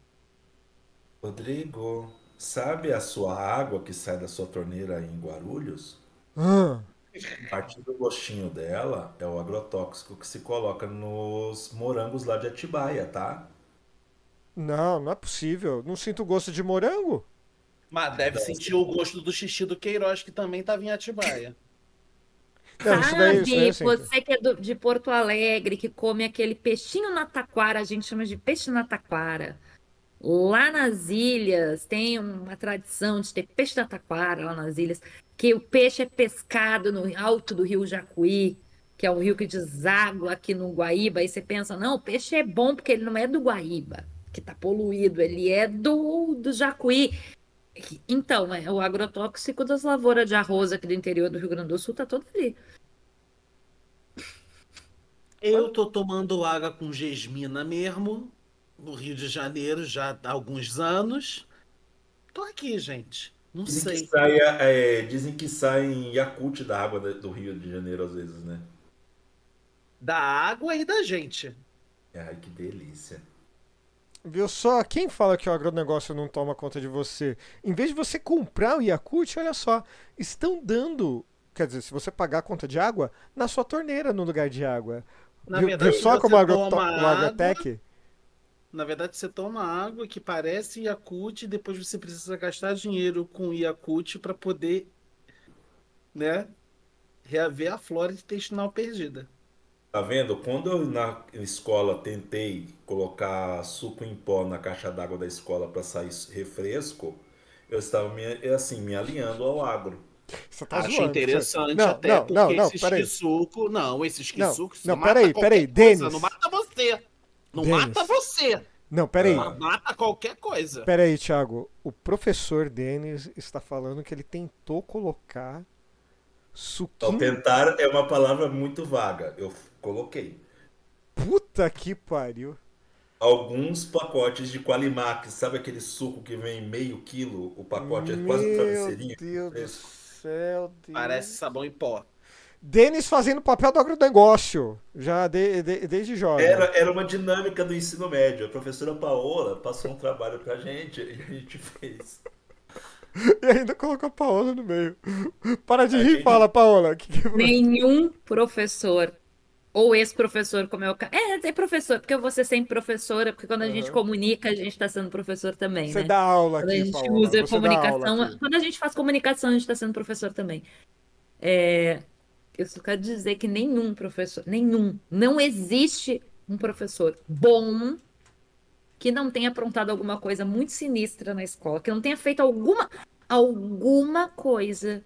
Speaker 5: Rodrigo, sabe a sua água que sai da sua torneira em Guarulhos?
Speaker 2: Ah,
Speaker 5: Parte do gostinho dela é o agrotóxico que se coloca nos morangos lá de Atibaia, tá?
Speaker 2: não, não é possível. Não sinto gosto de morango?
Speaker 4: Mas deve sentir o gosto do xixi do Queiroz, que também tava em Atibaia.
Speaker 2: Não, isso daí, isso daí
Speaker 3: Sabe,
Speaker 2: eu sinto.
Speaker 3: você que é do- de Porto Alegre, que come aquele peixinho na taquara, a gente chama de peixe na taquara. Lá nas ilhas tem uma tradição de ter peixe na taquara, lá nas ilhas, que o peixe é pescado no alto do rio Jacuí, que é um rio que deságua aqui no Guaíba, e você pensa, não, o peixe é bom porque ele não é do Guaíba, que está poluído, ele é do, do Jacuí. Então, é, o agrotóxico das lavouras de arroz aqui do interior do Rio Grande do Sul tá todo ali.
Speaker 4: Eu tô tomando água com gesmina mesmo, no Rio de Janeiro, já há alguns anos. Tô aqui, gente. Não
Speaker 5: Dizem que
Speaker 4: sei.
Speaker 5: sai, é, dizem que sai em Yakult da água da- do Rio de Janeiro às vezes, né?
Speaker 4: Da água e da gente.
Speaker 5: Ai, que delícia.
Speaker 2: Viu só? Quem fala que o agronegócio não toma conta de você? Em vez de você comprar o Yakult, olha só, estão dando, quer dizer, se você pagar a conta de água, na sua torneira no lugar de água.
Speaker 4: Na
Speaker 2: Viu,
Speaker 4: verdade,
Speaker 2: viu só
Speaker 4: você
Speaker 2: como o, agrotó-
Speaker 4: toma
Speaker 2: o Agrotec?
Speaker 4: Na verdade, você toma água que parece Yakult e depois você precisa gastar dinheiro com Yakult para poder, né, reaver a flora intestinal perdida.
Speaker 5: Tá vendo? Quando eu na escola tentei colocar suco em pó na caixa d'água da escola para sair refresco, eu estava me, assim, me alinhando ao agro.
Speaker 2: Você tá
Speaker 4: Acho
Speaker 2: zoando.
Speaker 4: interessante
Speaker 2: Não,
Speaker 4: até,
Speaker 2: não,
Speaker 4: porque
Speaker 2: não, não,
Speaker 4: esses
Speaker 2: peraí.
Speaker 4: quissuco, não, esses
Speaker 2: Não,
Speaker 4: quissuco
Speaker 2: não,
Speaker 4: só mata
Speaker 2: peraí,
Speaker 4: qualquer
Speaker 2: peraí,
Speaker 4: coisa,
Speaker 2: Denis.
Speaker 4: não mata você. Não
Speaker 2: Denis.
Speaker 4: mata você,
Speaker 2: Não, peraí.
Speaker 5: Ah.
Speaker 4: mata qualquer coisa.
Speaker 2: Peraí, Thiago. O professor Denis está falando que ele tentou colocar
Speaker 5: Então,
Speaker 2: suquinho.
Speaker 5: tentar é uma palavra muito vaga. Eu coloquei
Speaker 2: Puta que pariu.
Speaker 5: alguns pacotes de Qualimax, sabe aquele suco que vem meio quilo? O pacote é quase um
Speaker 2: Meu
Speaker 5: travesseirinho.
Speaker 2: Deus do
Speaker 5: fresco.
Speaker 2: céu. Deus.
Speaker 4: Parece sabão em pó.
Speaker 2: Denis fazendo papel do agronegócio, já de- de- desde jovem.
Speaker 5: Era, era uma dinâmica do ensino médio. A professora Paola passou um trabalho pra gente e a gente fez.
Speaker 2: E ainda colocou a Paola no meio. Para de
Speaker 5: A
Speaker 2: rir,
Speaker 5: gente-
Speaker 2: fala, Paola. Que que...
Speaker 3: Nenhum professor ou ex-professor, como é o caso. É, é professor, porque eu vou ser sempre professora, porque quando a gente
Speaker 2: Aham.
Speaker 3: comunica, a gente está sendo professor também,
Speaker 2: Você
Speaker 3: né?
Speaker 2: dá aula
Speaker 3: Quando a
Speaker 2: aqui,
Speaker 3: gente
Speaker 2: Paola.
Speaker 3: usa
Speaker 2: Você dá aula
Speaker 3: comunicação,
Speaker 2: aqui.
Speaker 3: quando a gente faz comunicação, a gente está sendo professor também. É, eu só quero dizer que nenhum professor, nenhum, não existe um professor bom que não tenha aprontado alguma coisa muito sinistra na escola, que não tenha feito alguma, alguma coisa,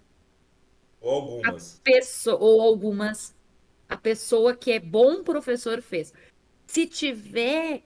Speaker 5: Ou algumas.
Speaker 3: pessoa, ou algumas, a pessoa que é bom professor fez. Se tiver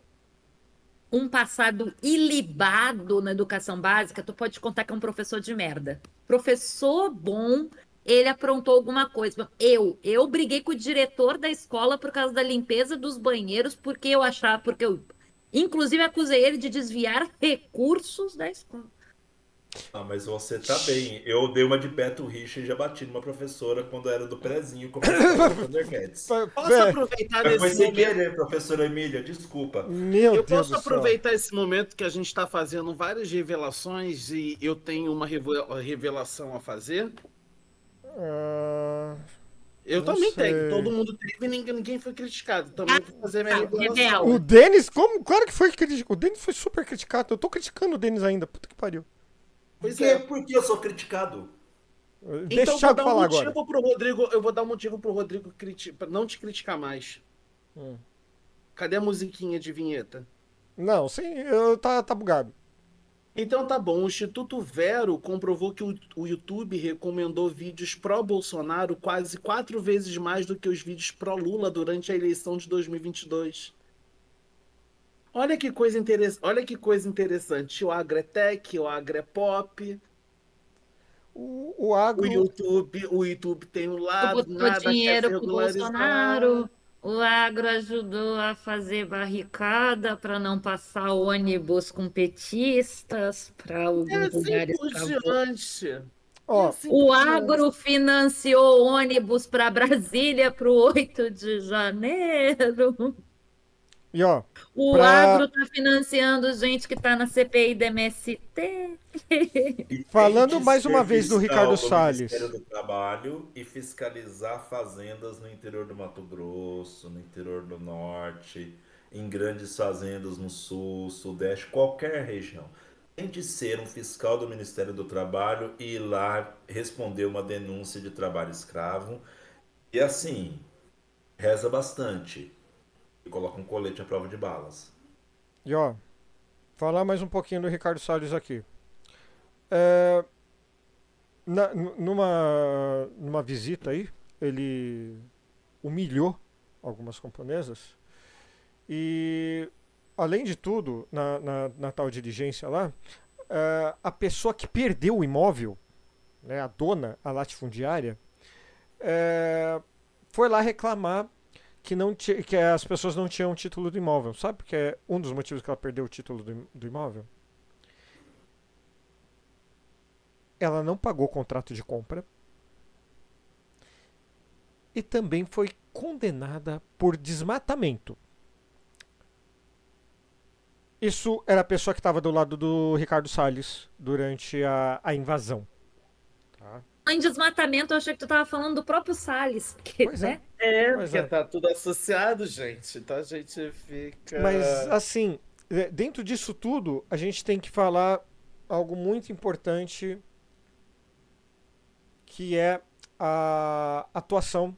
Speaker 3: um passado ilibado na educação básica, tu pode contar que é um professor de merda. Professor bom, ele aprontou alguma coisa. Eu, eu briguei com o diretor da escola por causa da limpeza dos banheiros, porque eu achava, porque eu, inclusive, acusei ele de desviar recursos da escola.
Speaker 5: Ah, mas você tá bem. Eu dei uma de Beto Richa e já bati numa professora quando era do prezinho, começando no Thundercats.
Speaker 4: Posso
Speaker 2: Vé,
Speaker 4: aproveitar
Speaker 5: Mas foi
Speaker 4: desse
Speaker 5: sem
Speaker 4: momento?
Speaker 5: querer, professora Emília, desculpa.
Speaker 2: Meu
Speaker 4: Eu
Speaker 2: Deus
Speaker 4: posso
Speaker 2: do céu.
Speaker 4: aproveitar esse momento que a gente está fazendo várias revelações e eu tenho uma revo- revelação a fazer?
Speaker 2: Ah,
Speaker 4: Eu
Speaker 2: Não
Speaker 4: também
Speaker 2: sei.
Speaker 4: tenho, todo mundo teve e ninguém, ninguém foi criticado. Também vou fazer minha
Speaker 3: Ah,
Speaker 4: revelação.
Speaker 3: revela.
Speaker 2: o Denis, como? Claro que foi criticado. O Denis foi super criticado. Eu tô criticando o Denis ainda. Puta que pariu.
Speaker 4: Pois
Speaker 5: Por que,
Speaker 4: é.
Speaker 5: por que eu sou criticado?
Speaker 2: Deixa
Speaker 4: Então
Speaker 2: o
Speaker 4: eu vou
Speaker 2: Thiago
Speaker 4: dar um
Speaker 2: falar
Speaker 4: motivo
Speaker 2: agora.
Speaker 4: pro Rodrigo, eu vou dar um motivo pro Rodrigo criti- pra não te criticar mais.
Speaker 2: Hum.
Speaker 4: Cadê a musiquinha de vinheta?
Speaker 2: Não, sim, eu, tá, tá bugado.
Speaker 4: Então tá bom, o Instituto Vero comprovou que o, o YouTube recomendou vídeos pró-Bolsonaro quase quatro vezes mais do que os vídeos pró-Lula durante a eleição de dois mil e vinte e dois. Olha que coisa interessante. Olha que coisa interessante. O agro é tech, o agro é pop.
Speaker 2: O, o
Speaker 4: O
Speaker 2: agro.
Speaker 4: YouTube, o YouTube tem um lado,
Speaker 3: Botou
Speaker 4: nada quer se
Speaker 3: dinheiro pro
Speaker 4: regularizar.
Speaker 3: Bolsonaro. O agro ajudou a fazer barricada para não passar ônibus com petistas para
Speaker 4: É
Speaker 3: alguns
Speaker 4: assim
Speaker 3: lugares
Speaker 4: por
Speaker 3: para
Speaker 4: diante. É
Speaker 2: Ó,
Speaker 4: assim
Speaker 3: o
Speaker 4: por diante.
Speaker 3: agro financiou ônibus para Brasília para o oito de janeiro.
Speaker 2: e ó,
Speaker 3: O
Speaker 2: pra,
Speaker 3: agro está financiando gente que está na C P I da M S T.
Speaker 5: E
Speaker 2: falando
Speaker 5: tente
Speaker 2: mais uma
Speaker 5: ser
Speaker 2: vez do Ricardo
Speaker 5: fiscal do Ministério
Speaker 2: Salles.
Speaker 5: do Trabalho e fiscalizar fazendas no interior do Mato Grosso, no interior do Norte, em grandes fazendas no Sul, Sudeste, qualquer região. Tente ser um fiscal do Ministério do Trabalho e ir lá responder uma denúncia de trabalho escravo. E assim, reza bastante e coloca um colete à prova de balas.
Speaker 2: E ó, falar mais um pouquinho do Ricardo Salles aqui. É, na- n- numa, numa visita aí, ele humilhou algumas camponesas e, além de tudo, na, na, na tal diligência lá, é, a pessoa que perdeu o imóvel, né, a dona, a latifundiária, é, foi lá reclamar que, não ti- que as pessoas não tinham título do imóvel. Sabe porque é um dos motivos que ela perdeu o título do, im- do imóvel? Ela não pagou o contrato de compra e também foi condenada por desmatamento. Isso era a pessoa que estava do lado do Ricardo Salles durante a, a invasão. Tá?
Speaker 3: Em desmatamento, eu achei que tu estava falando do próprio Salles, porque,
Speaker 2: Pois é.
Speaker 3: né?
Speaker 4: É,
Speaker 2: Pois
Speaker 4: porque
Speaker 2: é.
Speaker 4: tá tudo associado, gente. Então a gente fica.
Speaker 2: Mas, assim, é, dentro disso tudo, a gente tem que falar algo muito importante, que é a atuação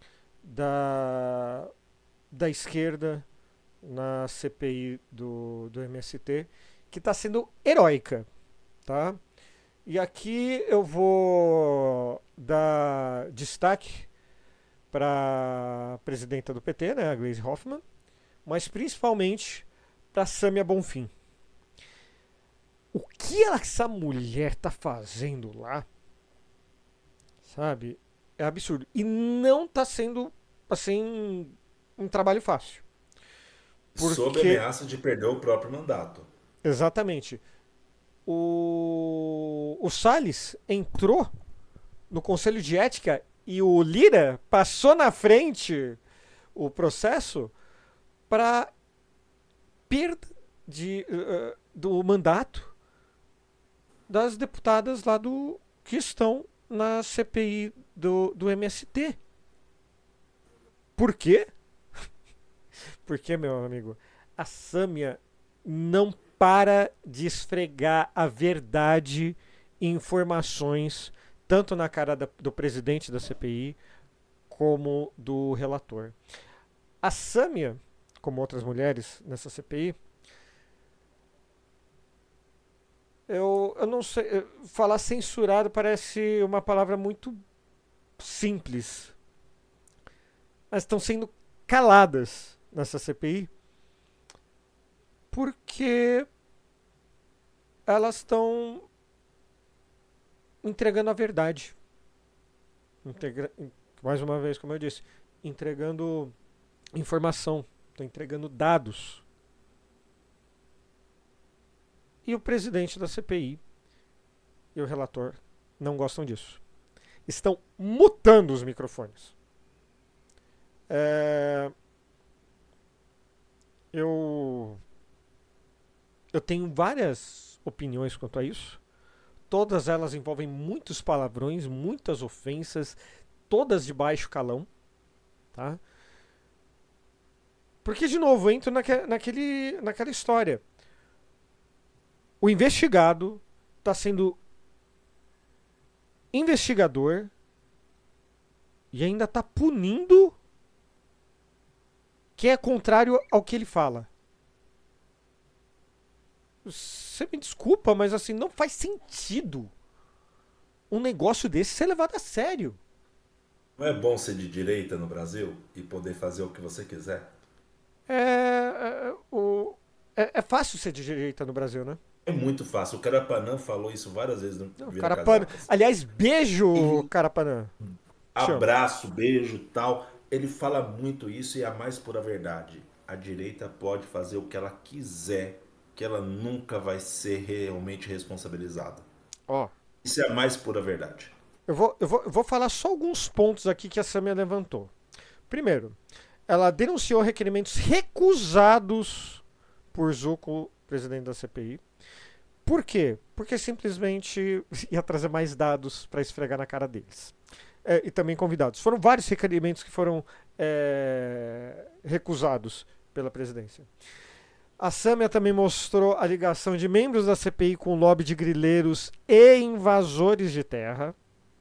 Speaker 2: da, da esquerda na C P I do, do M S T, que está sendo heróica, tá? E aqui eu vou dar destaque para a presidenta do P T, né, a Gleisi Hoffmann, mas principalmente para Sâmia Bonfim. O que ela, essa mulher tá fazendo lá, sabe, é absurdo. E não tá sendo, assim, um trabalho fácil.
Speaker 5: Sob
Speaker 2: Porque,
Speaker 5: ameaça de perder o próprio mandato.
Speaker 2: exatamente, o, o Salles entrou no Conselho de Ética e o Lira passou na frente o processo para perda de, uh, do mandato das deputadas lá do que estão na C P I do, do M S T. Por quê? Porque, meu amigo, a Sâmia não para de esfregar a verdade e informações tanto na cara da, do presidente da C P I como do relator. A Sâmia, como outras mulheres nessa C P I, eu, eu não sei, falar censurado parece uma palavra muito simples, mas estão sendo caladas nessa C P I porque elas estão entregando a verdade. Integra mais uma vez, como eu disse, entregando informação, estão entregando dados. E o presidente da C P I e o relator não gostam disso. Estão mutando os microfones. É... Eu... Eu tenho várias opiniões quanto a isso. Todas elas envolvem muitos palavrões, muitas ofensas, todas de baixo calão. Tá? Porque, de novo, eu entro naque, naquele, naquela história. O investigado está sendo investigador e ainda está punindo quem é contrário ao que ele fala. Você me desculpa, mas assim, não faz sentido um negócio desse ser levado a sério.
Speaker 5: Não é bom ser de direita no Brasil e poder fazer o que você quiser?
Speaker 2: É, é, o, É, é fácil ser de direita no Brasil, né?
Speaker 5: É muito fácil. O Carapanã falou isso várias vezes no
Speaker 2: Não,
Speaker 5: Vira
Speaker 2: Carapanã.
Speaker 5: Casacas.
Speaker 2: Aliás, beijo, Carapanã. Te amo.
Speaker 5: Abraço, beijo, tal. Ele fala muito isso e é a mais pura verdade. A direita pode fazer o que ela quiser, que ela nunca vai ser realmente responsabilizada.
Speaker 2: Ó,
Speaker 5: Isso é a mais pura verdade.
Speaker 2: eu vou, eu vou, eu vou falar só alguns pontos aqui que a Samia levantou. Primeiro, ela denunciou requerimentos recusados por Zucco, presidente da C P I. Por quê? Porque simplesmente ia trazer mais dados para esfregar na cara deles. É, e também convidados. Foram vários requerimentos que foram é, recusados pela presidência. A Samia também mostrou a ligação de membros da C P I com o lobby de grileiros e invasores de terra.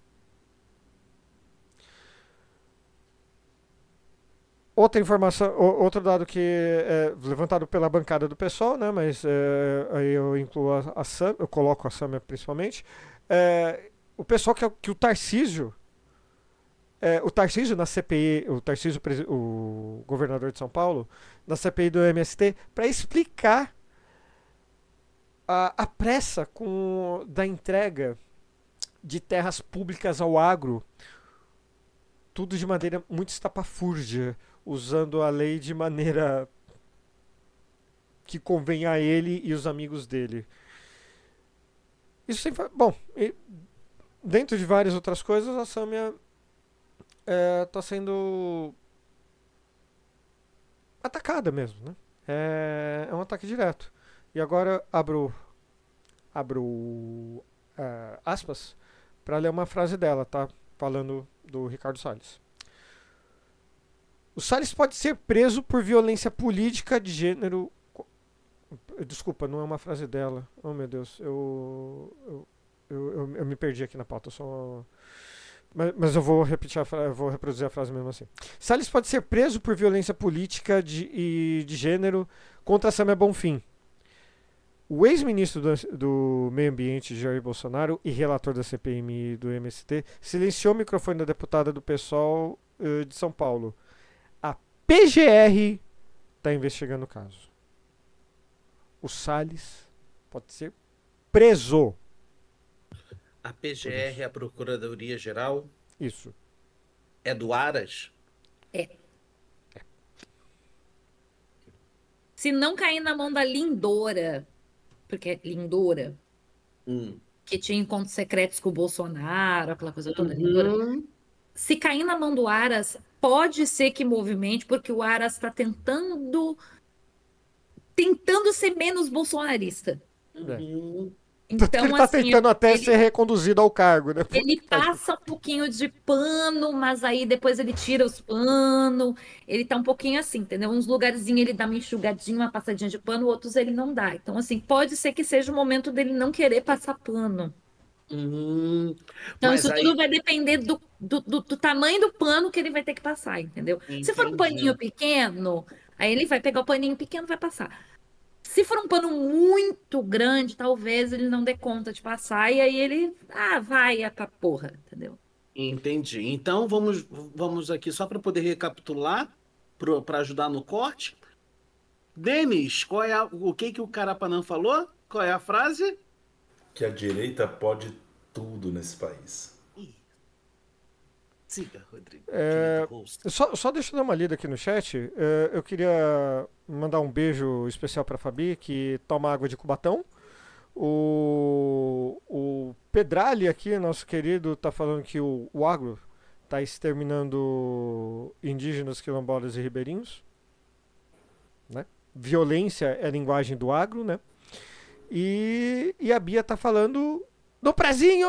Speaker 2: Outra informação, o- outro dado que é levantado pela bancada do pessoal, né? Mas é, aí eu incluo a, a Sam, eu coloco a Samia principalmente. É, o pessoal que, é- que o Tarcísio, é, o Tarcísio na C P I, o Tarcísio, presi- o governador de São Paulo, na C P I do M S T, para explicar a, a pressa com, da entrega de terras públicas ao agro, tudo de maneira muito estapafúrdia, usando a lei de maneira que convém a ele e os amigos dele. Isso sem fa- Bom, e dentro de várias outras coisas, a Samia está sendo atacada mesmo, né? É, é um ataque direto. E agora abro, abro é, aspas para ler uma frase dela, tá? Falando do Ricardo Salles. O Salles pode ser preso por violência política de gênero. Desculpa, não é uma frase dela. Oh, meu Deus, eu eu, eu, eu, eu me perdi aqui na pauta. Só... Mas, mas eu vou repetir a fra... eu vou reproduzir a frase mesmo assim. Salles pode ser preso por violência política de, e de gênero contra Samia Bonfim. O ex-ministro do, do Meio Ambiente, Jair Bolsonaro, e relator da C P M do M S T, silenciou o microfone da deputada do PSOL uh, de São Paulo. A P G R está investigando o caso. O Salles pode ser preso.
Speaker 4: A P G R, a Procuradoria Geral,
Speaker 2: Isso.
Speaker 4: é do Aras?
Speaker 3: Se não cair na mão da Lindora, porque é Lindora,
Speaker 4: Hum.
Speaker 3: que tinha encontros secretos com o Bolsonaro, aquela coisa toda, Lindora.
Speaker 4: Uhum.
Speaker 3: Se cair na mão do Aras, pode ser que movimente, porque o Aras está tentando tentando ser menos bolsonarista.
Speaker 4: Uhum.
Speaker 2: Tanto que ele
Speaker 3: Então,
Speaker 2: tá
Speaker 3: assim,
Speaker 2: tentando até
Speaker 3: ele,
Speaker 2: ser reconduzido ao cargo, né?
Speaker 3: ele passa um pouquinho de pano, mas aí depois ele tira os panos. Ele tá um pouquinho assim, entendeu? Uns lugarzinhos ele dá uma enxugadinha, uma passadinha de pano, outros ele não dá. Então, assim, pode ser que seja o momento dele não querer passar pano.
Speaker 4: Uhum.
Speaker 3: Então,
Speaker 4: Mas
Speaker 3: isso
Speaker 4: aí,
Speaker 3: tudo vai depender do, do, do- do tamanho do pano que ele vai ter que passar, entendeu? Se for um
Speaker 4: entendi.
Speaker 3: paninho pequeno, aí ele vai pegar o paninho pequeno e vai passar. Se for um pano muito grande, talvez ele não dê conta de passar, e aí ele, ah, vai, é pra porra, entendeu?
Speaker 4: Entendi. Então vamos, vamos aqui só para poder recapitular, para ajudar no corte. Denis, qual é a- o que que o Carapanã falou? Qual é a frase?
Speaker 5: Que a direita pode tudo nesse país.
Speaker 4: Ih, siga, Rodrigo.
Speaker 2: É,
Speaker 4: querido host.
Speaker 2: Só, só deixa eu dar uma lida aqui no chat. É, eu queria mandar um beijo especial pra Fabi, que toma água de Cubatão. O, o Pedrali aqui, nosso querido, tá falando que o, o agro tá exterminando indígenas, quilombolas e ribeirinhos. Né? Violência é a linguagem do agro, né? E, e a Bia tá falando do prezinho!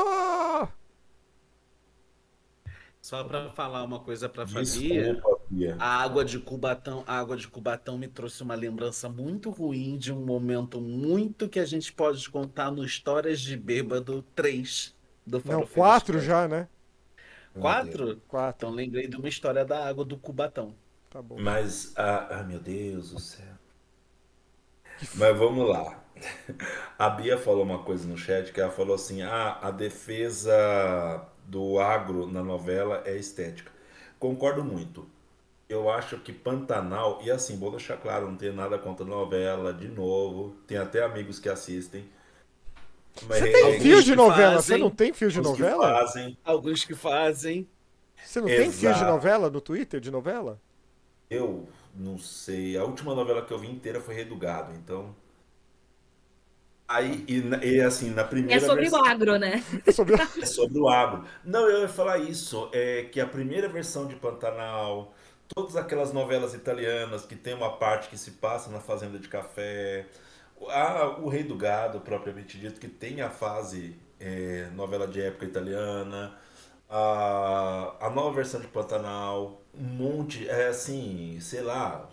Speaker 4: Só para falar uma coisa para Fabia,
Speaker 5: Desculpa, Bia.
Speaker 4: a água de Cubatão, a água de Cubatão me trouxe uma lembrança muito ruim de um momento muito que a gente pode contar no Histórias de Bêbado três do
Speaker 2: Não,
Speaker 4: Farofeiros
Speaker 2: quatro
Speaker 4: Cast.
Speaker 2: já, né?
Speaker 4: Quatro?
Speaker 2: Quatro,
Speaker 4: Então lembrei de uma história da água do Cubatão.
Speaker 2: tá bom.
Speaker 5: Mas, ah, ai meu Deus do céu. Mas vamos lá. A Bia falou uma coisa no chat que ela falou assim: ah, a defesa do agro na novela é estética. Concordo muito. Eu acho que Pantanal, e assim, vou deixar claro, não tenho nada contra novela, de novo, tem até amigos que assistem, mas
Speaker 2: Você tem
Speaker 5: é,
Speaker 2: fio
Speaker 4: Alguns
Speaker 2: de
Speaker 4: que
Speaker 2: novela? Você não
Speaker 4: fazem,
Speaker 2: tem fio de
Speaker 5: os que
Speaker 2: novela?
Speaker 5: fazem,
Speaker 4: alguns que fazem.
Speaker 2: Você não tem fio de
Speaker 5: exato.
Speaker 2: novela no Twitter de novela?
Speaker 5: Eu não sei, a última novela que eu vi inteira foi Rei do Gado, então. Aí, e, na- e assim, na
Speaker 3: E é
Speaker 5: primeira
Speaker 3: sobre o
Speaker 5: versão.
Speaker 3: agro, né?
Speaker 2: É sobre.
Speaker 5: É sobre o agro. Não, eu ia falar isso, é que a primeira versão de Pantanal, todas aquelas novelas italianas que tem uma parte que se passa na fazenda de café, a, o Rei do Gado, propriamente dito, que tem a fase é, novela de época italiana, a, a nova versão de Pantanal, um monte, é assim, sei lá,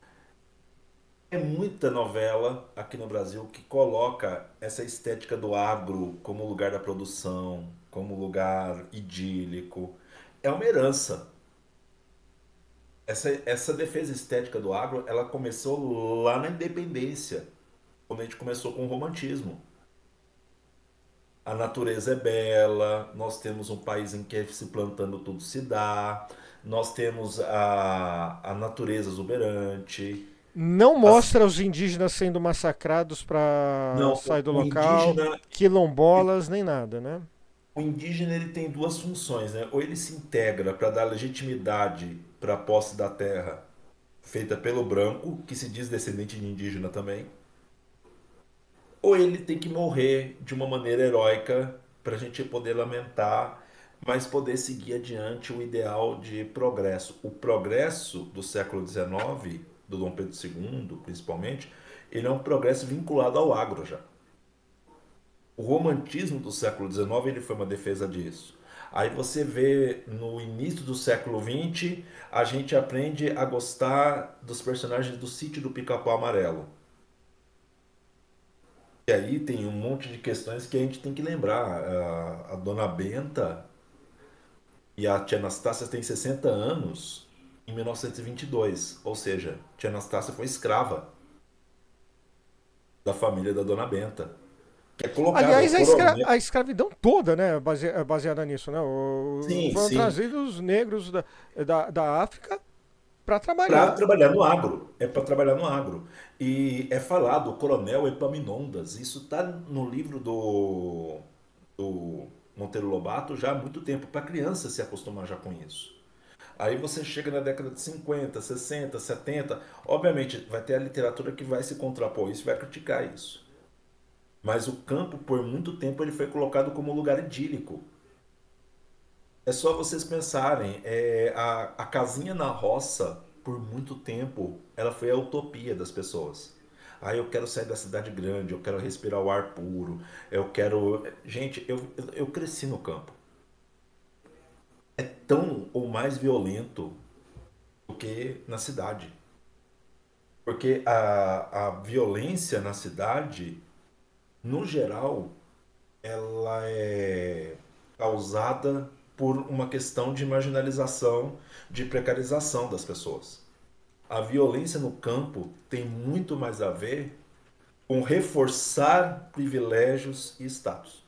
Speaker 5: é muita novela aqui no Brasil que coloca essa estética do agro como lugar da produção, como lugar idílico. É uma herança. Essa, essa defesa estética do agro, ela começou lá na independência, quando a gente começou com o romantismo. A natureza é bela, nós temos um país em que se plantando tudo se dá, nós temos a, a natureza exuberante.
Speaker 2: Não
Speaker 5: As-
Speaker 2: mostra os indígenas sendo massacrados pra
Speaker 5: não,
Speaker 2: sair do
Speaker 5: o
Speaker 2: local,
Speaker 5: indígena
Speaker 2: quilombolas, nem nada, né?
Speaker 5: O indígena ele tem duas funções, né? Ou ele se integra para dar legitimidade para a posse da terra feita pelo branco, que se diz descendente de indígena também, ou ele tem que morrer de uma maneira heróica para a gente poder lamentar, mas poder seguir adiante o ideal de progresso. O progresso do século dezenove, do Dom Pedro segundo, principalmente, ele é um progresso vinculado ao agro já. O romantismo do século dezenove ele foi uma defesa disso. Aí você vê no início do século vinte, a gente aprende a gostar dos personagens do Sítio do Pica-Pau Amarelo. E aí tem um monte de questões que a gente tem que lembrar. A, a Dona Benta e a tia Anastácia têm sessenta anos em mil novecentos e vinte e dois. Ou seja, tia Anastácia foi escrava da família da Dona Benta. Que é colocada, o
Speaker 2: Aliás, a, escra-
Speaker 5: coronel.
Speaker 2: a escravidão toda, né, base- é baseada nisso, né? O-
Speaker 5: Sim,
Speaker 2: foram
Speaker 5: sim.
Speaker 2: trazidos negros da, da, da África para
Speaker 5: Para
Speaker 2: trabalhar.
Speaker 5: trabalhar no agro. É para trabalhar no agro. E é falado, o Coronel Epaminondas. Isso está no livro do, do Monteiro Lobato já há muito tempo, para a criança se acostumar já com isso. Aí você chega na década de cinquenta, sessenta, setenta, obviamente vai ter a literatura que vai se contrapor isso, vai criticar isso. Mas o campo, por muito tempo, ele foi colocado como um lugar idílico. É só vocês pensarem, é, a, a casinha na roça, por muito tempo, ela foi a utopia das pessoas. Ah, eu quero sair da cidade grande, eu quero respirar o ar puro, eu quero. Gente, eu, eu cresci no campo. É tão ou mais violento do que na cidade. Porque a, a violência na cidade, no geral, ela é causada por uma questão de marginalização, de precarização das pessoas. A violência no campo tem muito mais a ver com reforçar privilégios e status.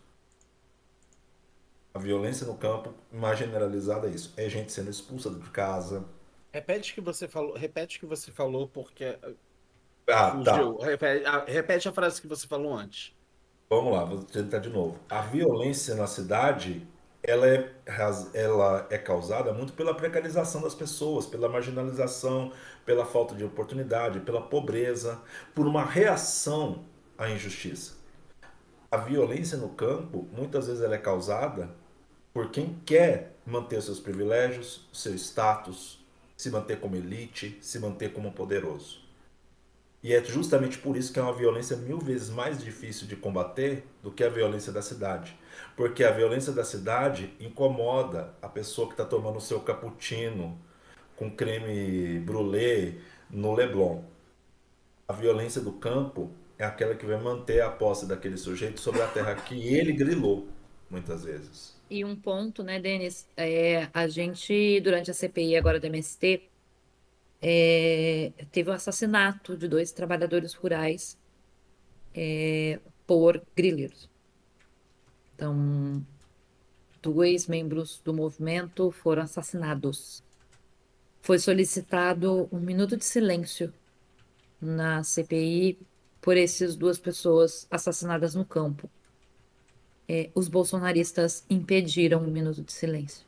Speaker 5: A violência no campo, mais generalizada, é isso. É gente sendo expulsa de casa.
Speaker 4: Repete o que você falou, repete o que você falou, porque
Speaker 5: Ah, tá.
Speaker 4: fugiu. Repete, a- repete a frase que você falou antes.
Speaker 5: Vamos lá, vou tentar de novo. A violência na cidade, ela é, raz- ela é causada muito pela precarização das pessoas, pela marginalização, pela falta de oportunidade, pela pobreza, por uma reação à injustiça. A violência no campo, muitas vezes ela é causada por quem quer manter os seus privilégios, seu status, se manter como elite, se manter como poderoso. E é justamente por isso que é uma violência mil vezes mais difícil de combater do que a violência da cidade. Porque a violência da cidade incomoda a pessoa que está tomando o seu cappuccino com creme brulee no Leblon. A violência do campo é aquela que vai manter a posse daquele sujeito sobre a terra que ele grilou, muitas vezes.
Speaker 3: E um ponto, né, Denis? É, a gente, durante a C P I agora do M S T, é, teve o assassinato de dois trabalhadores rurais é, por grileiros. Então, dois membros do movimento foram assassinados. foi solicitado um minuto de silêncio na C P I por essas duas pessoas assassinadas no campo. É, os bolsonaristas impediram o minuto de silêncio.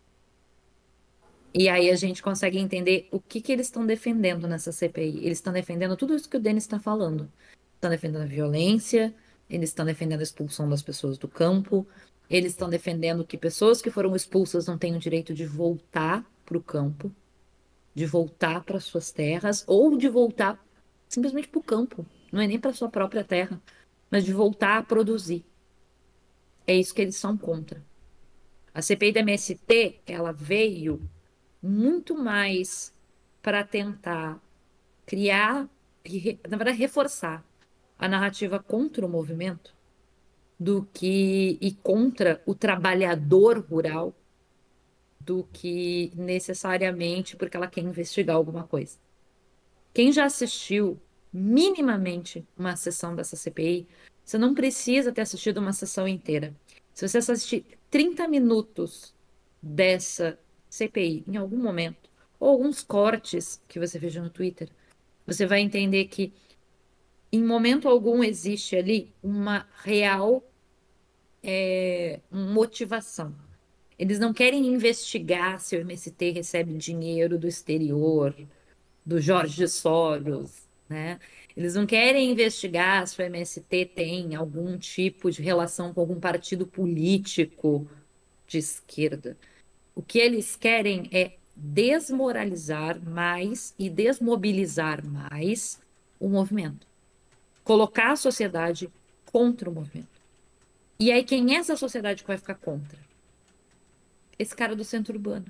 Speaker 3: E aí a gente consegue entender o que que eles estão defendendo nessa C P I. Eles estão defendendo tudo isso que o Denis está falando. Estão defendendo a violência, eles estão defendendo a expulsão das pessoas do campo, eles estão defendendo que pessoas que foram expulsas não têm o direito de voltar para o campo, de voltar para suas terras, ou de voltar simplesmente para o campo. Não é nem para sua própria terra, mas de voltar a produzir. É isso que eles são contra. A C P I da M S T, ela veio muito mais para tentar criar, e re- na verdade, reforçar a narrativa contra o movimento do que e contra o trabalhador rural do que necessariamente porque ela quer investigar alguma coisa. Quem já assistiu minimamente uma sessão dessa C P I, você não precisa ter assistido uma sessão inteira. Se você assistir trinta minutos dessa C P I em algum momento, ou alguns cortes que você veja no Twitter, você vai entender que em momento algum existe ali uma real é, motivação. Eles não querem investigar se o M S T recebe dinheiro do exterior, do Jorge Soros, né? Eles não querem investigar se o M S T tem algum tipo de relação com algum partido político de esquerda. O que eles querem é desmoralizar mais e desmobilizar mais o movimento. Colocar a sociedade contra o movimento. E aí, quem é essa sociedade que vai ficar contra? Esse cara do centro urbano.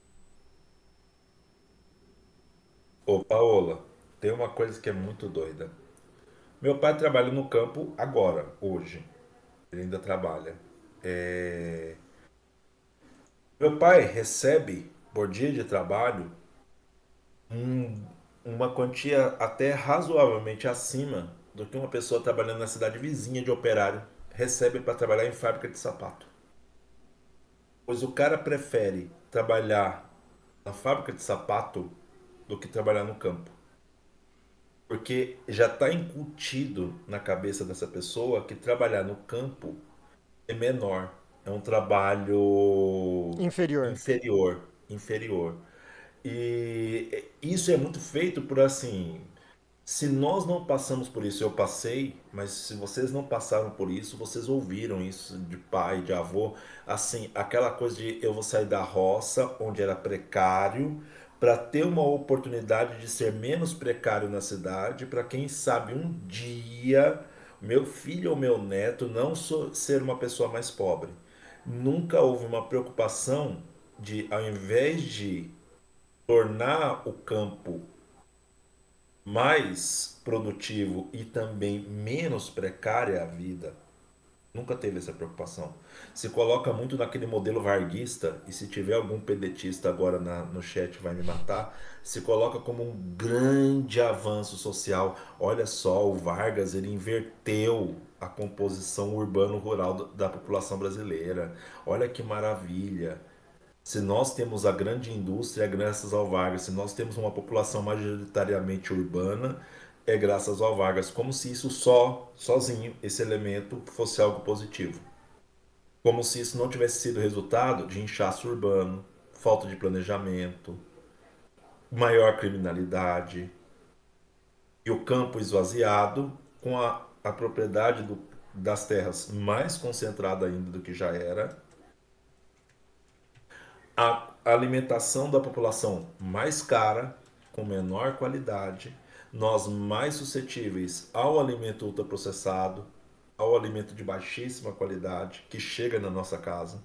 Speaker 5: Ô, Paola, tem uma coisa que é muito doida. Meu pai trabalha no campo agora, hoje. Ele ainda trabalha. É, Meu pai recebe, por dia de trabalho, um- uma quantia até razoavelmente acima do que uma pessoa trabalhando na cidade vizinha de operário recebe para trabalhar em fábrica de sapato. Pois o cara prefere trabalhar na fábrica de sapato do que trabalhar no campo. Porque já está incutido na cabeça dessa pessoa que trabalhar no campo é menor, é um trabalho
Speaker 2: Inferior.
Speaker 5: inferior, inferior. E isso é muito feito por assim, se nós não passamos por isso, eu passei, mas se vocês não passaram por isso, vocês ouviram isso de pai, de avô, assim, aquela coisa de eu vou sair da roça, onde era precário, para ter uma oportunidade de ser menos precário na cidade, para quem sabe um dia meu filho ou meu neto não so- ser uma pessoa mais pobre. Nunca houve uma preocupação de, ao invés de tornar o campo mais produtivo e também menos precária a vida, nunca teve essa preocupação. Se coloca muito naquele modelo varguista, e se tiver algum pedetista agora na- no chat vai me matar, se coloca como um grande avanço social. Olha só, o Vargas ele inverteu a composição urbano-rural da da população brasileira. Olha que maravilha. Se nós temos a grande indústria, é graças ao Vargas. Se nós temos uma população majoritariamente urbana, é graças ao Vargas. Como se isso só, sozinho, esse elemento fosse algo positivo. Como se isso não tivesse sido resultado de inchaço urbano, falta de planejamento, maior criminalidade e o campo esvaziado com a, a propriedade do- das terras mais concentrada ainda do que já era, a alimentação da população mais cara, com menor qualidade, nós mais suscetíveis ao alimento ultraprocessado, ao alimento de baixíssima qualidade que chega na nossa casa.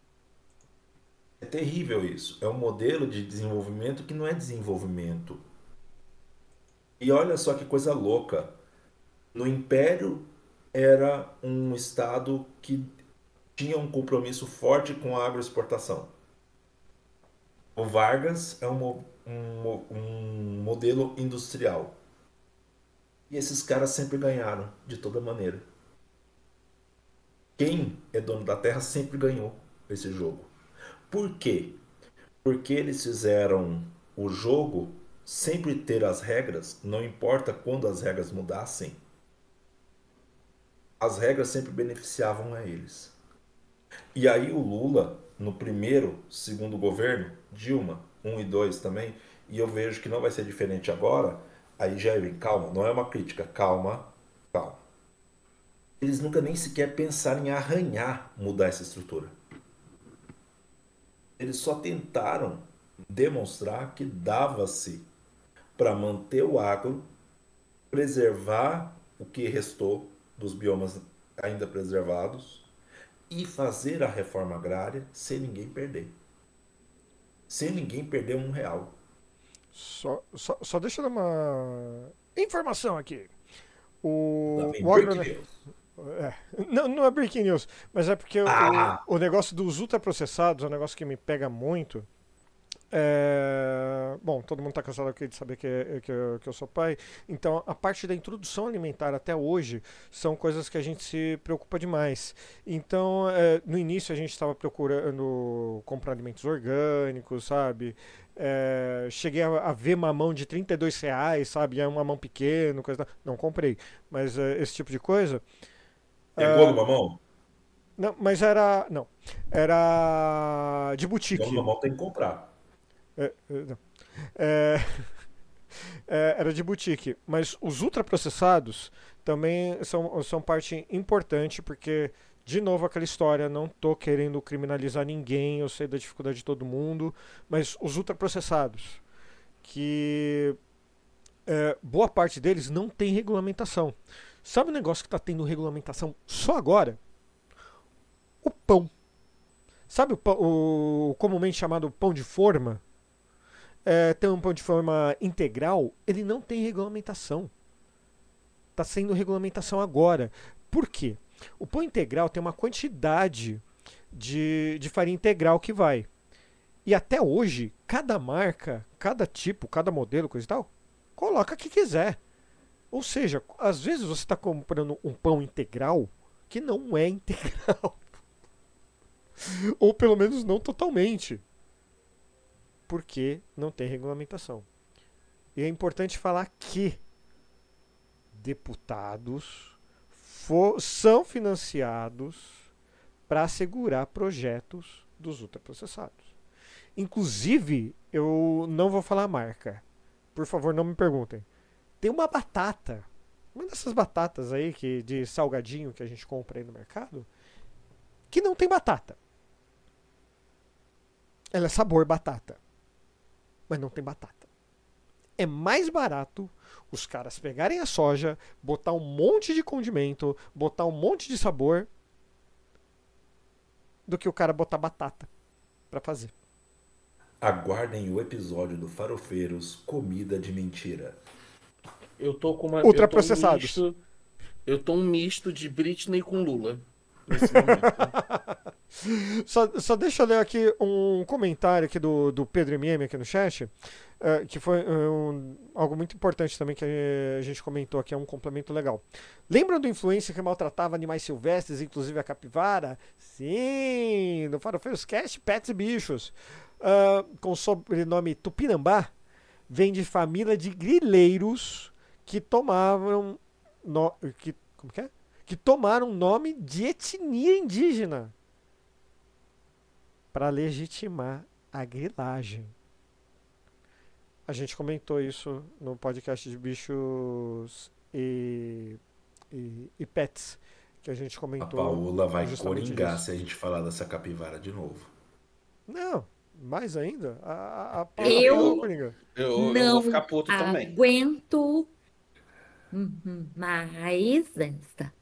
Speaker 5: É terrível isso. É um modelo de desenvolvimento que não é desenvolvimento. E olha só que coisa louca. No Império era um estado que tinha um compromisso forte com a agroexportação. O Vargas é um, mo- um, mo- um modelo industrial. E esses caras sempre ganharam, de toda maneira. Quem é dono da terra sempre ganhou esse jogo. Por quê? Porque eles fizeram o jogo sempre ter as regras, não importa quando as regras mudassem, as regras sempre beneficiavam a eles. E aí o Lula, no primeiro, segundo governo, Dilma, um e dois também, e eu vejo que não vai ser diferente agora, aí já vem, calma, não é uma crítica, calma, calma. Eles nunca nem sequer pensaram em arranhar, mudar essa estrutura. Eles só tentaram demonstrar que dava-se para manter o agro, preservar o que restou dos biomas ainda preservados e fazer a reforma agrária sem ninguém perder. Sem ninguém perder um real.
Speaker 2: Só, só, só deixa eu dar uma informação aqui. O,
Speaker 5: Lá vem
Speaker 2: o agro...
Speaker 5: breaking news.
Speaker 2: É, não, não é breaking news, mas é porque
Speaker 5: Ah.
Speaker 2: o, o negócio dos ultraprocessados é um negócio que me pega muito. É, bom, todo mundo está cansado aqui de saber que, que, eu, que eu sou pai. Então, a parte da introdução alimentar até hoje são coisas que a gente se preocupa demais. Então, é, no início a gente estava procurando comprar alimentos orgânicos, sabe? É, cheguei a, a ver mamão de trinta e dois reais, sabe? É um mamão pequeno, coisa. Não comprei, mas é, esse tipo de coisa.
Speaker 5: Pegou no mamão?
Speaker 2: Não, mas era. Não. Era de
Speaker 5: Então,
Speaker 2: boutique.
Speaker 5: no mamão tem que comprar.
Speaker 2: É, é, não. É, é, era de boutique. Mas os ultraprocessados também são, são parte importante, porque, de novo, aquela história, não tô querendo criminalizar ninguém, eu sei da dificuldade de todo mundo, mas os ultraprocessados, que é, boa parte deles não tem regulamentação. Sabe o negócio que está tendo regulamentação só agora? O pão. Sabe o, pão, o comumente chamado pão de forma? É, tem um pão de forma integral, ele não tem regulamentação. Está sendo regulamentação agora. Por quê? O pão integral tem uma quantidade de, de farinha integral que vai. E até hoje, cada marca, cada tipo, cada modelo, coisa e tal, coloca o que quiser. Ou seja, às vezes você está comprando um pão integral que não é integral. Ou pelo menos não totalmente. Porque não tem regulamentação. E é importante falar que deputados for, são financiados para assegurar projetos dos ultraprocessados. Inclusive, eu não vou falar a marca. Por favor, não me perguntem. Tem uma batata, uma dessas batatas aí que, de salgadinho que a gente compra aí no mercado, que não tem batata. Ela é sabor batata, mas não tem batata. É mais barato os caras pegarem a soja, botar um monte de condimento, botar um monte de sabor, do que o cara botar batata pra fazer.
Speaker 5: Aguardem o episódio do Farofeiros Comida de Mentira.
Speaker 4: Eu tô com uma.
Speaker 2: Ultraprocessados.
Speaker 4: Eu tô um misto, eu tô um misto de Britney com Lula. Nesse momento.
Speaker 2: Só, só deixa eu ler aqui um comentário aqui do, do Pedro M M aqui no chat, uh, que foi uh, um, algo muito importante também que a gente comentou aqui, é um complemento legal. Lembram do influencer que maltratava animais silvestres, inclusive a capivara? Sim, no Farofeiros Cast, Pets e Bichos. Uh, com o sobrenome Tupinambá, vem de família de grileiros que tomavam... No, que, como que é? Que tomaram nome de etnia indígena para legitimar a grilagem. A gente comentou isso no podcast de bichos e, e, e pets, que a gente
Speaker 5: A
Speaker 2: comentou.
Speaker 5: Paola vai
Speaker 2: justamente
Speaker 5: coringar
Speaker 2: disso.
Speaker 5: se a gente falar dessa capivara de novo.
Speaker 2: Não, mais ainda. A, a, a Paola
Speaker 3: Eu-
Speaker 2: falou coringa.
Speaker 4: Eu, eu
Speaker 3: Não
Speaker 4: vou ficar puto também.
Speaker 3: aguento uhum, mais esta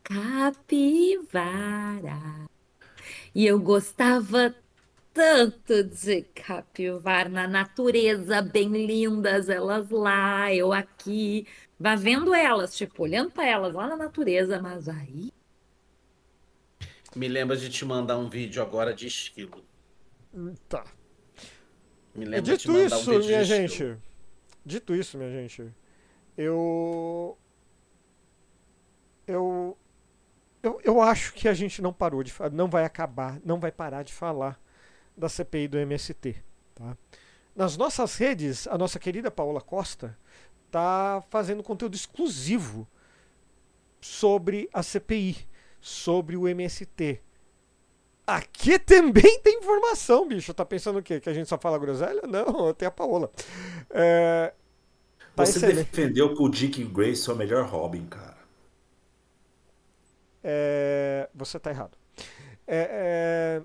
Speaker 3: capivara. E eu gostava tanto de capivara na natureza, bem lindas, elas lá, eu aqui, vá vendo elas, tipo, olhando para elas lá na natureza, mas aí
Speaker 4: Me lembra de te mandar um vídeo agora de esquilo.
Speaker 2: Tá.
Speaker 4: Me lembra de te
Speaker 2: Dito
Speaker 4: mandar um
Speaker 2: isso,
Speaker 4: vídeo
Speaker 2: minha
Speaker 4: de
Speaker 2: gente.
Speaker 4: esquilo.
Speaker 2: Dito isso, minha gente. Eu. Eu. Eu, eu acho que a gente não parou de fa- não vai acabar, não vai parar de falar da C P I do M S T, tá? nas nossas redes, a nossa querida Paola Costa tá fazendo conteúdo exclusivo sobre a C P I, sobre o M S T. Aqui também tem informação, bicho. Tá pensando o quê? Que a gente só fala groselha? Não, tem a Paola. É, tá
Speaker 5: Você
Speaker 2: excelente.
Speaker 5: defendeu que o Dick Grayson é o melhor Robin, cara.
Speaker 2: É, você tá errado. É, é,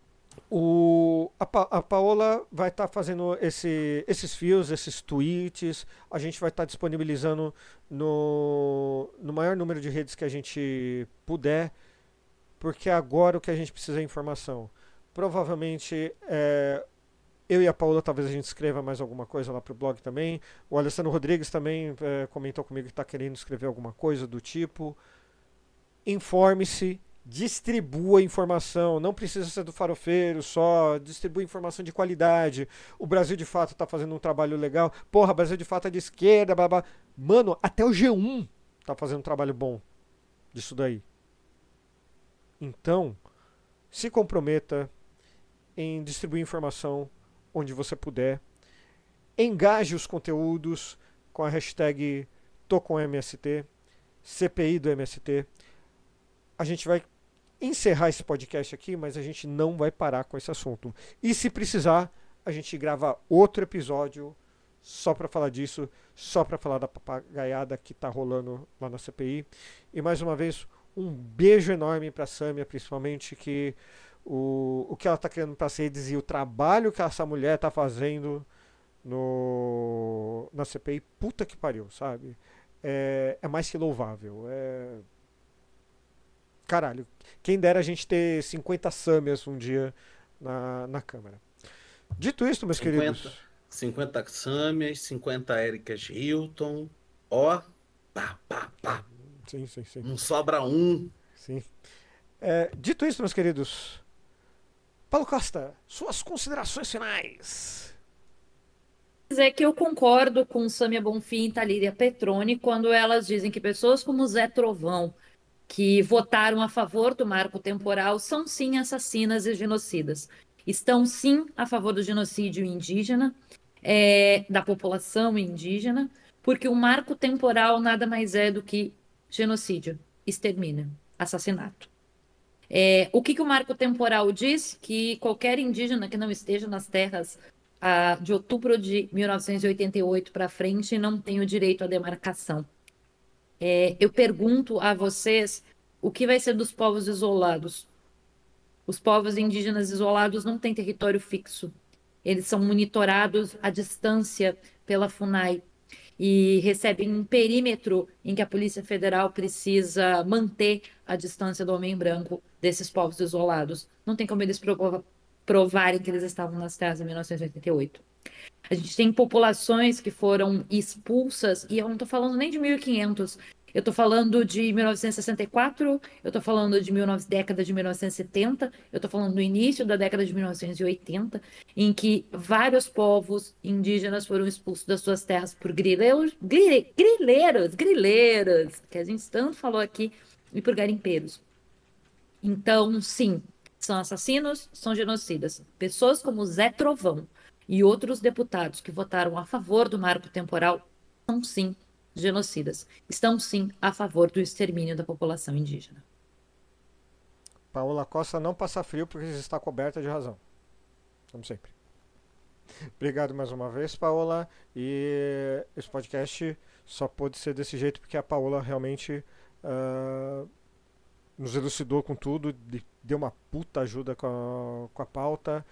Speaker 2: o, a, Pa- a Paola vai estar fazendo esse, esses fios, esses tweets. A gente vai estar disponibilizando no, no maior número de redes que a gente puder, porque agora o que a gente precisa é informação. Provavelmente é, eu e a Paola talvez a gente escreva mais alguma coisa lá pro blog também. O Alessandro Rodrigues também é, comentou comigo que está querendo escrever alguma coisa do tipo. Informe-se, distribua informação, não precisa ser do farofeiro só, distribua informação de qualidade. O Brasil de Fato tá fazendo um trabalho legal. Porra, Brasil de Fato é de esquerda, blá, blá. Mano, até o G um tá fazendo um trabalho bom disso daí. Então, se comprometa em distribuir informação onde você puder. Engaje os conteúdos com a hashtag ToComMST, C P I do M S T. A gente vai encerrar esse podcast aqui, mas a gente não vai parar com esse assunto. E se precisar, a gente grava outro episódio só para falar disso, só para falar da papagaiada que tá rolando lá na C P I. E mais uma vez, um beijo enorme para a Sâmia, principalmente, que o, o que ela tá criando para as redes e o trabalho que essa mulher tá fazendo no, na C P I, puta que pariu, sabe? É, é mais que louvável. É... Caralho, quem dera a gente ter cinquenta Sâmias um dia na, na Câmara. Dito isso, meus
Speaker 4: cinquenta,
Speaker 2: queridos.
Speaker 4: cinquenta Sâmias, cinquenta Ericas Hilton. Ó, pá, pá, pá.
Speaker 2: Sim, sim, sim.
Speaker 4: Não sobra um.
Speaker 2: sim. É, dito isso, meus queridos. Paulo Costa, suas considerações finais.
Speaker 3: É que eu concordo com Sâmia Bonfim e Thalíria Petroni quando elas dizem que pessoas como Zé Trovão, que votaram a favor do marco temporal, são sim assassinas e genocidas. Estão sim a favor do genocídio indígena, é, da população indígena, porque o marco temporal nada mais é do que genocídio, extermínio, assassinato. É, o que, que o marco temporal diz? Que qualquer indígena que não esteja nas terras ah, de outubro de mil novecentos e oitenta e oito para frente não tem o direito à demarcação. É, eu pergunto a vocês o que vai ser dos povos isolados. Os povos indígenas isolados não têm território fixo. Eles são monitorados à distância pela FUNAI e recebem um perímetro em que a Polícia Federal precisa manter a distância do homem branco desses povos isolados. Não tem como eles provo- provarem que eles estavam nas terras em mil novecentos e oitenta e oito. A gente tem populações que foram expulsas, e eu não estou falando nem de mil e quinhentos, eu estou falando de mil novecentos e sessenta e quatro, eu estou falando de mil, década de mil novecentos e setenta, eu estou falando do início da década de mil novecentos e oitenta, em que vários povos indígenas foram expulsos das suas terras por grileiros, grile, grileiros, grileiros, que a gente tanto falou aqui, e por garimpeiros. Então, sim, são assassinos, são genocidas. Pessoas como Zé Trovão e outros deputados que votaram a favor do marco temporal são, sim, genocidas. Estão, sim, a favor do extermínio da população indígena.
Speaker 2: Paola Costa não passa frio porque está coberta de razão. Como sempre. Obrigado mais uma vez, Paola. E esse podcast só pôde ser desse jeito porque a Paola realmente uh, nos elucidou com tudo, deu uma puta ajuda com a, com a pauta.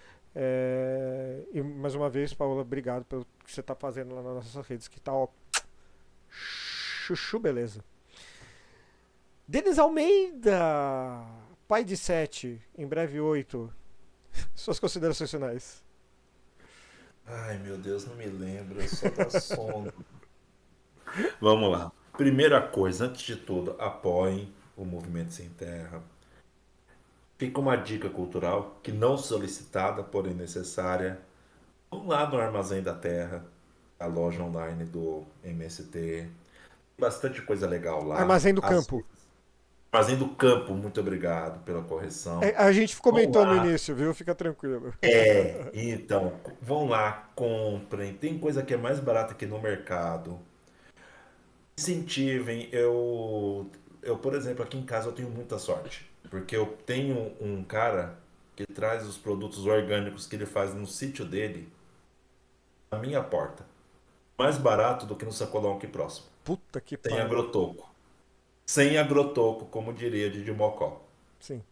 Speaker 2: É, e mais uma vez, Paola, obrigado pelo que você está fazendo lá nas nossas redes, que tá ó, chuchu, beleza. Denis Almeida, pai de sete, em breve oito. Suas considerações finais.
Speaker 5: Ai, meu Deus, não me lembro, só dá sono. Vamos lá. Primeira coisa, antes de tudo, apoiem o Movimento Sem Terra. Fica uma dica cultural, que não solicitada, porém necessária. Vão lá no Armazém da Terra, a loja online do M S T. Tem bastante coisa legal lá.
Speaker 2: Armazém do
Speaker 5: As-
Speaker 2: Campo.
Speaker 5: Armazém do Campo, muito obrigado pela correção.
Speaker 2: É, a gente comentou no
Speaker 5: Vão lá.
Speaker 2: início, viu? Fica tranquilo.
Speaker 5: É, então, vão lá, comprem. Tem coisa que é mais barata que no mercado. Incentivem. Eu, eu, por exemplo, aqui em casa eu tenho muita sorte. Porque eu tenho um cara que traz os produtos orgânicos que ele faz no sítio dele na minha porta. Mais barato do que no sacolão aqui próximo.
Speaker 2: Puta que
Speaker 5: Sem
Speaker 2: pariu.
Speaker 5: agrotoco. Sem agrotoco, como diria Didi Mocó.
Speaker 2: Sim.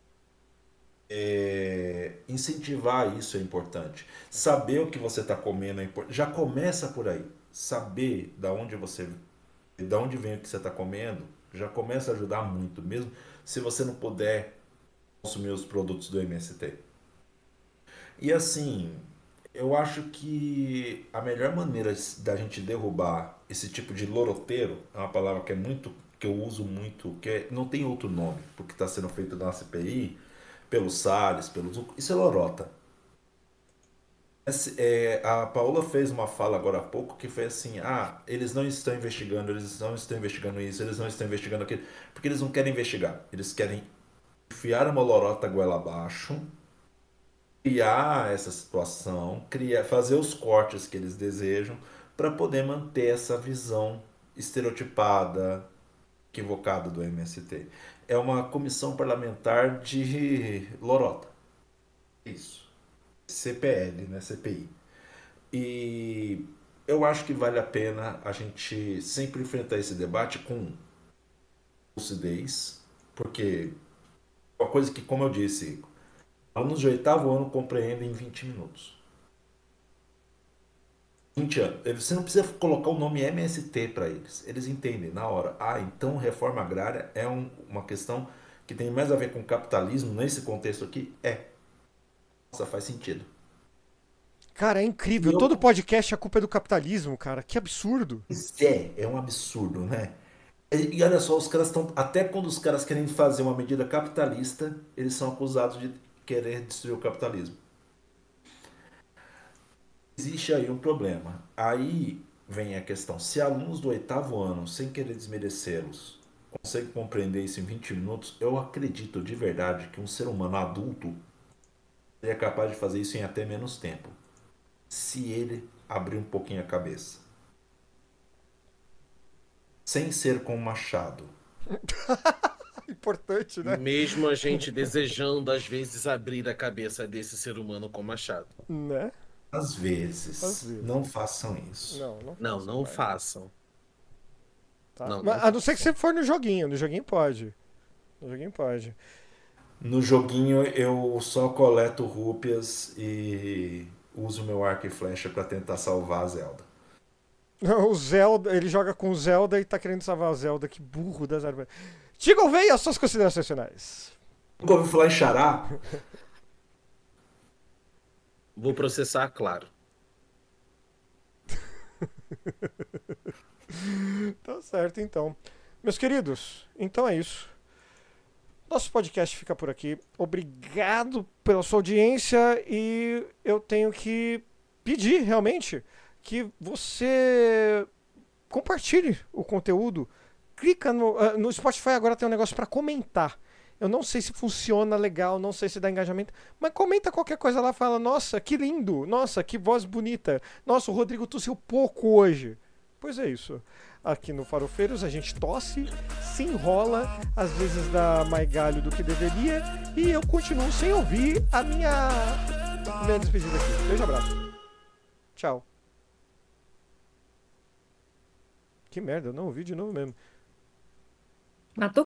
Speaker 5: É, incentivar isso é importante. Saber o que você está comendo é importante. Já começa por aí. Saber da onde você, da onde vem o que você está comendo, já começa a ajudar muito, mesmo se você não puder consumir os produtos do M S T. E assim, eu acho que a melhor maneira da gente derrubar esse tipo de loroteiro é uma palavra que é muito, que eu uso muito, que é, não tem outro nome, porque está sendo feito na C P I, pelo Salles, pelo Zucco, isso é lorota. Esse- é, a Paola fez uma fala agora há pouco que foi assim: ah, eles não estão investigando, eles não estão investigando isso, eles não estão investigando aquilo, porque eles não querem investigar, eles querem enfiar uma lorota goela abaixo, criar essa situação, criar, fazer os cortes que eles desejam para poder manter essa visão estereotipada, equivocada do M S T. É uma comissão parlamentar de lorota. Isso. C P L, né? C P I. E eu acho que vale a pena a gente sempre enfrentar esse debate com lucidez, porque uma coisa que, como eu disse, alunos de oitavo ano compreendem em vinte minutos. vinte anos. Você não precisa colocar o nome M S T para eles. Eles entendem na hora. Ah, então reforma agrária é um- uma questão que tem mais a ver com capitalismo nesse contexto aqui? É. Nossa, faz sentido.
Speaker 2: Cara, é incrível.
Speaker 5: E eu-
Speaker 2: Todo podcast a culpa é do capitalismo, cara. Que absurdo.
Speaker 5: Pois é, é um absurdo, né? E, e olha só, os caras estão. Até quando os caras querem fazer uma medida capitalista, eles são acusados de querer destruir o capitalismo. Existe aí um problema. Aí vem a questão: se alunos do oitavo ano, sem querer desmerecê-los, conseguem compreender isso em vinte minutos, eu acredito de verdade que um ser humano adulto seria capaz de fazer isso em até menos tempo, se ele abrir um pouquinho a cabeça. Sem ser com um machado.
Speaker 2: Importante, né?
Speaker 6: Mesmo a gente desejando, às vezes, abrir a cabeça desse ser humano com machado.
Speaker 2: Né?
Speaker 5: Às vezes,
Speaker 2: Às vezes.
Speaker 5: não façam isso.
Speaker 2: Não, não.
Speaker 6: Não,
Speaker 2: faço,
Speaker 6: não
Speaker 2: vai.
Speaker 6: façam.
Speaker 2: Tá.
Speaker 6: não,
Speaker 2: Mas,
Speaker 6: não
Speaker 2: a não ser que você for no joguinho. No joguinho pode. No joguinho pode.
Speaker 5: No joguinho eu só coleto rúpias e uso meu arco e flecha pra tentar salvar a Zelda.
Speaker 2: Não, o Zelda, ele joga com o Zelda e tá querendo salvar a Zelda. Que burro das árvores. Tigo, veio as suas considerações finais.
Speaker 5: Nunca ouviu falar em Xará?
Speaker 6: Vou processar, claro.
Speaker 2: Tá certo, então. Meus queridos, então é isso. Nosso podcast fica por aqui. Obrigado pela sua audiência e eu tenho que pedir realmente que você compartilhe o conteúdo. Clica no, ah, no Spotify, agora tem um negócio para comentar. Eu não sei se funciona legal, não sei se dá engajamento, mas comenta qualquer coisa lá, fala: nossa, que lindo, nossa, que voz bonita, nossa, o Rodrigo tossiu pouco hoje. Pois é isso. Aqui no Farofeiros a gente tosse, se enrola, às vezes dá mais galho do que deveria, e eu continuo sem ouvir a minha, minha despedida aqui. Beijo, abraço. Tchau. Que merda, eu não ouvi de novo mesmo.
Speaker 3: Matou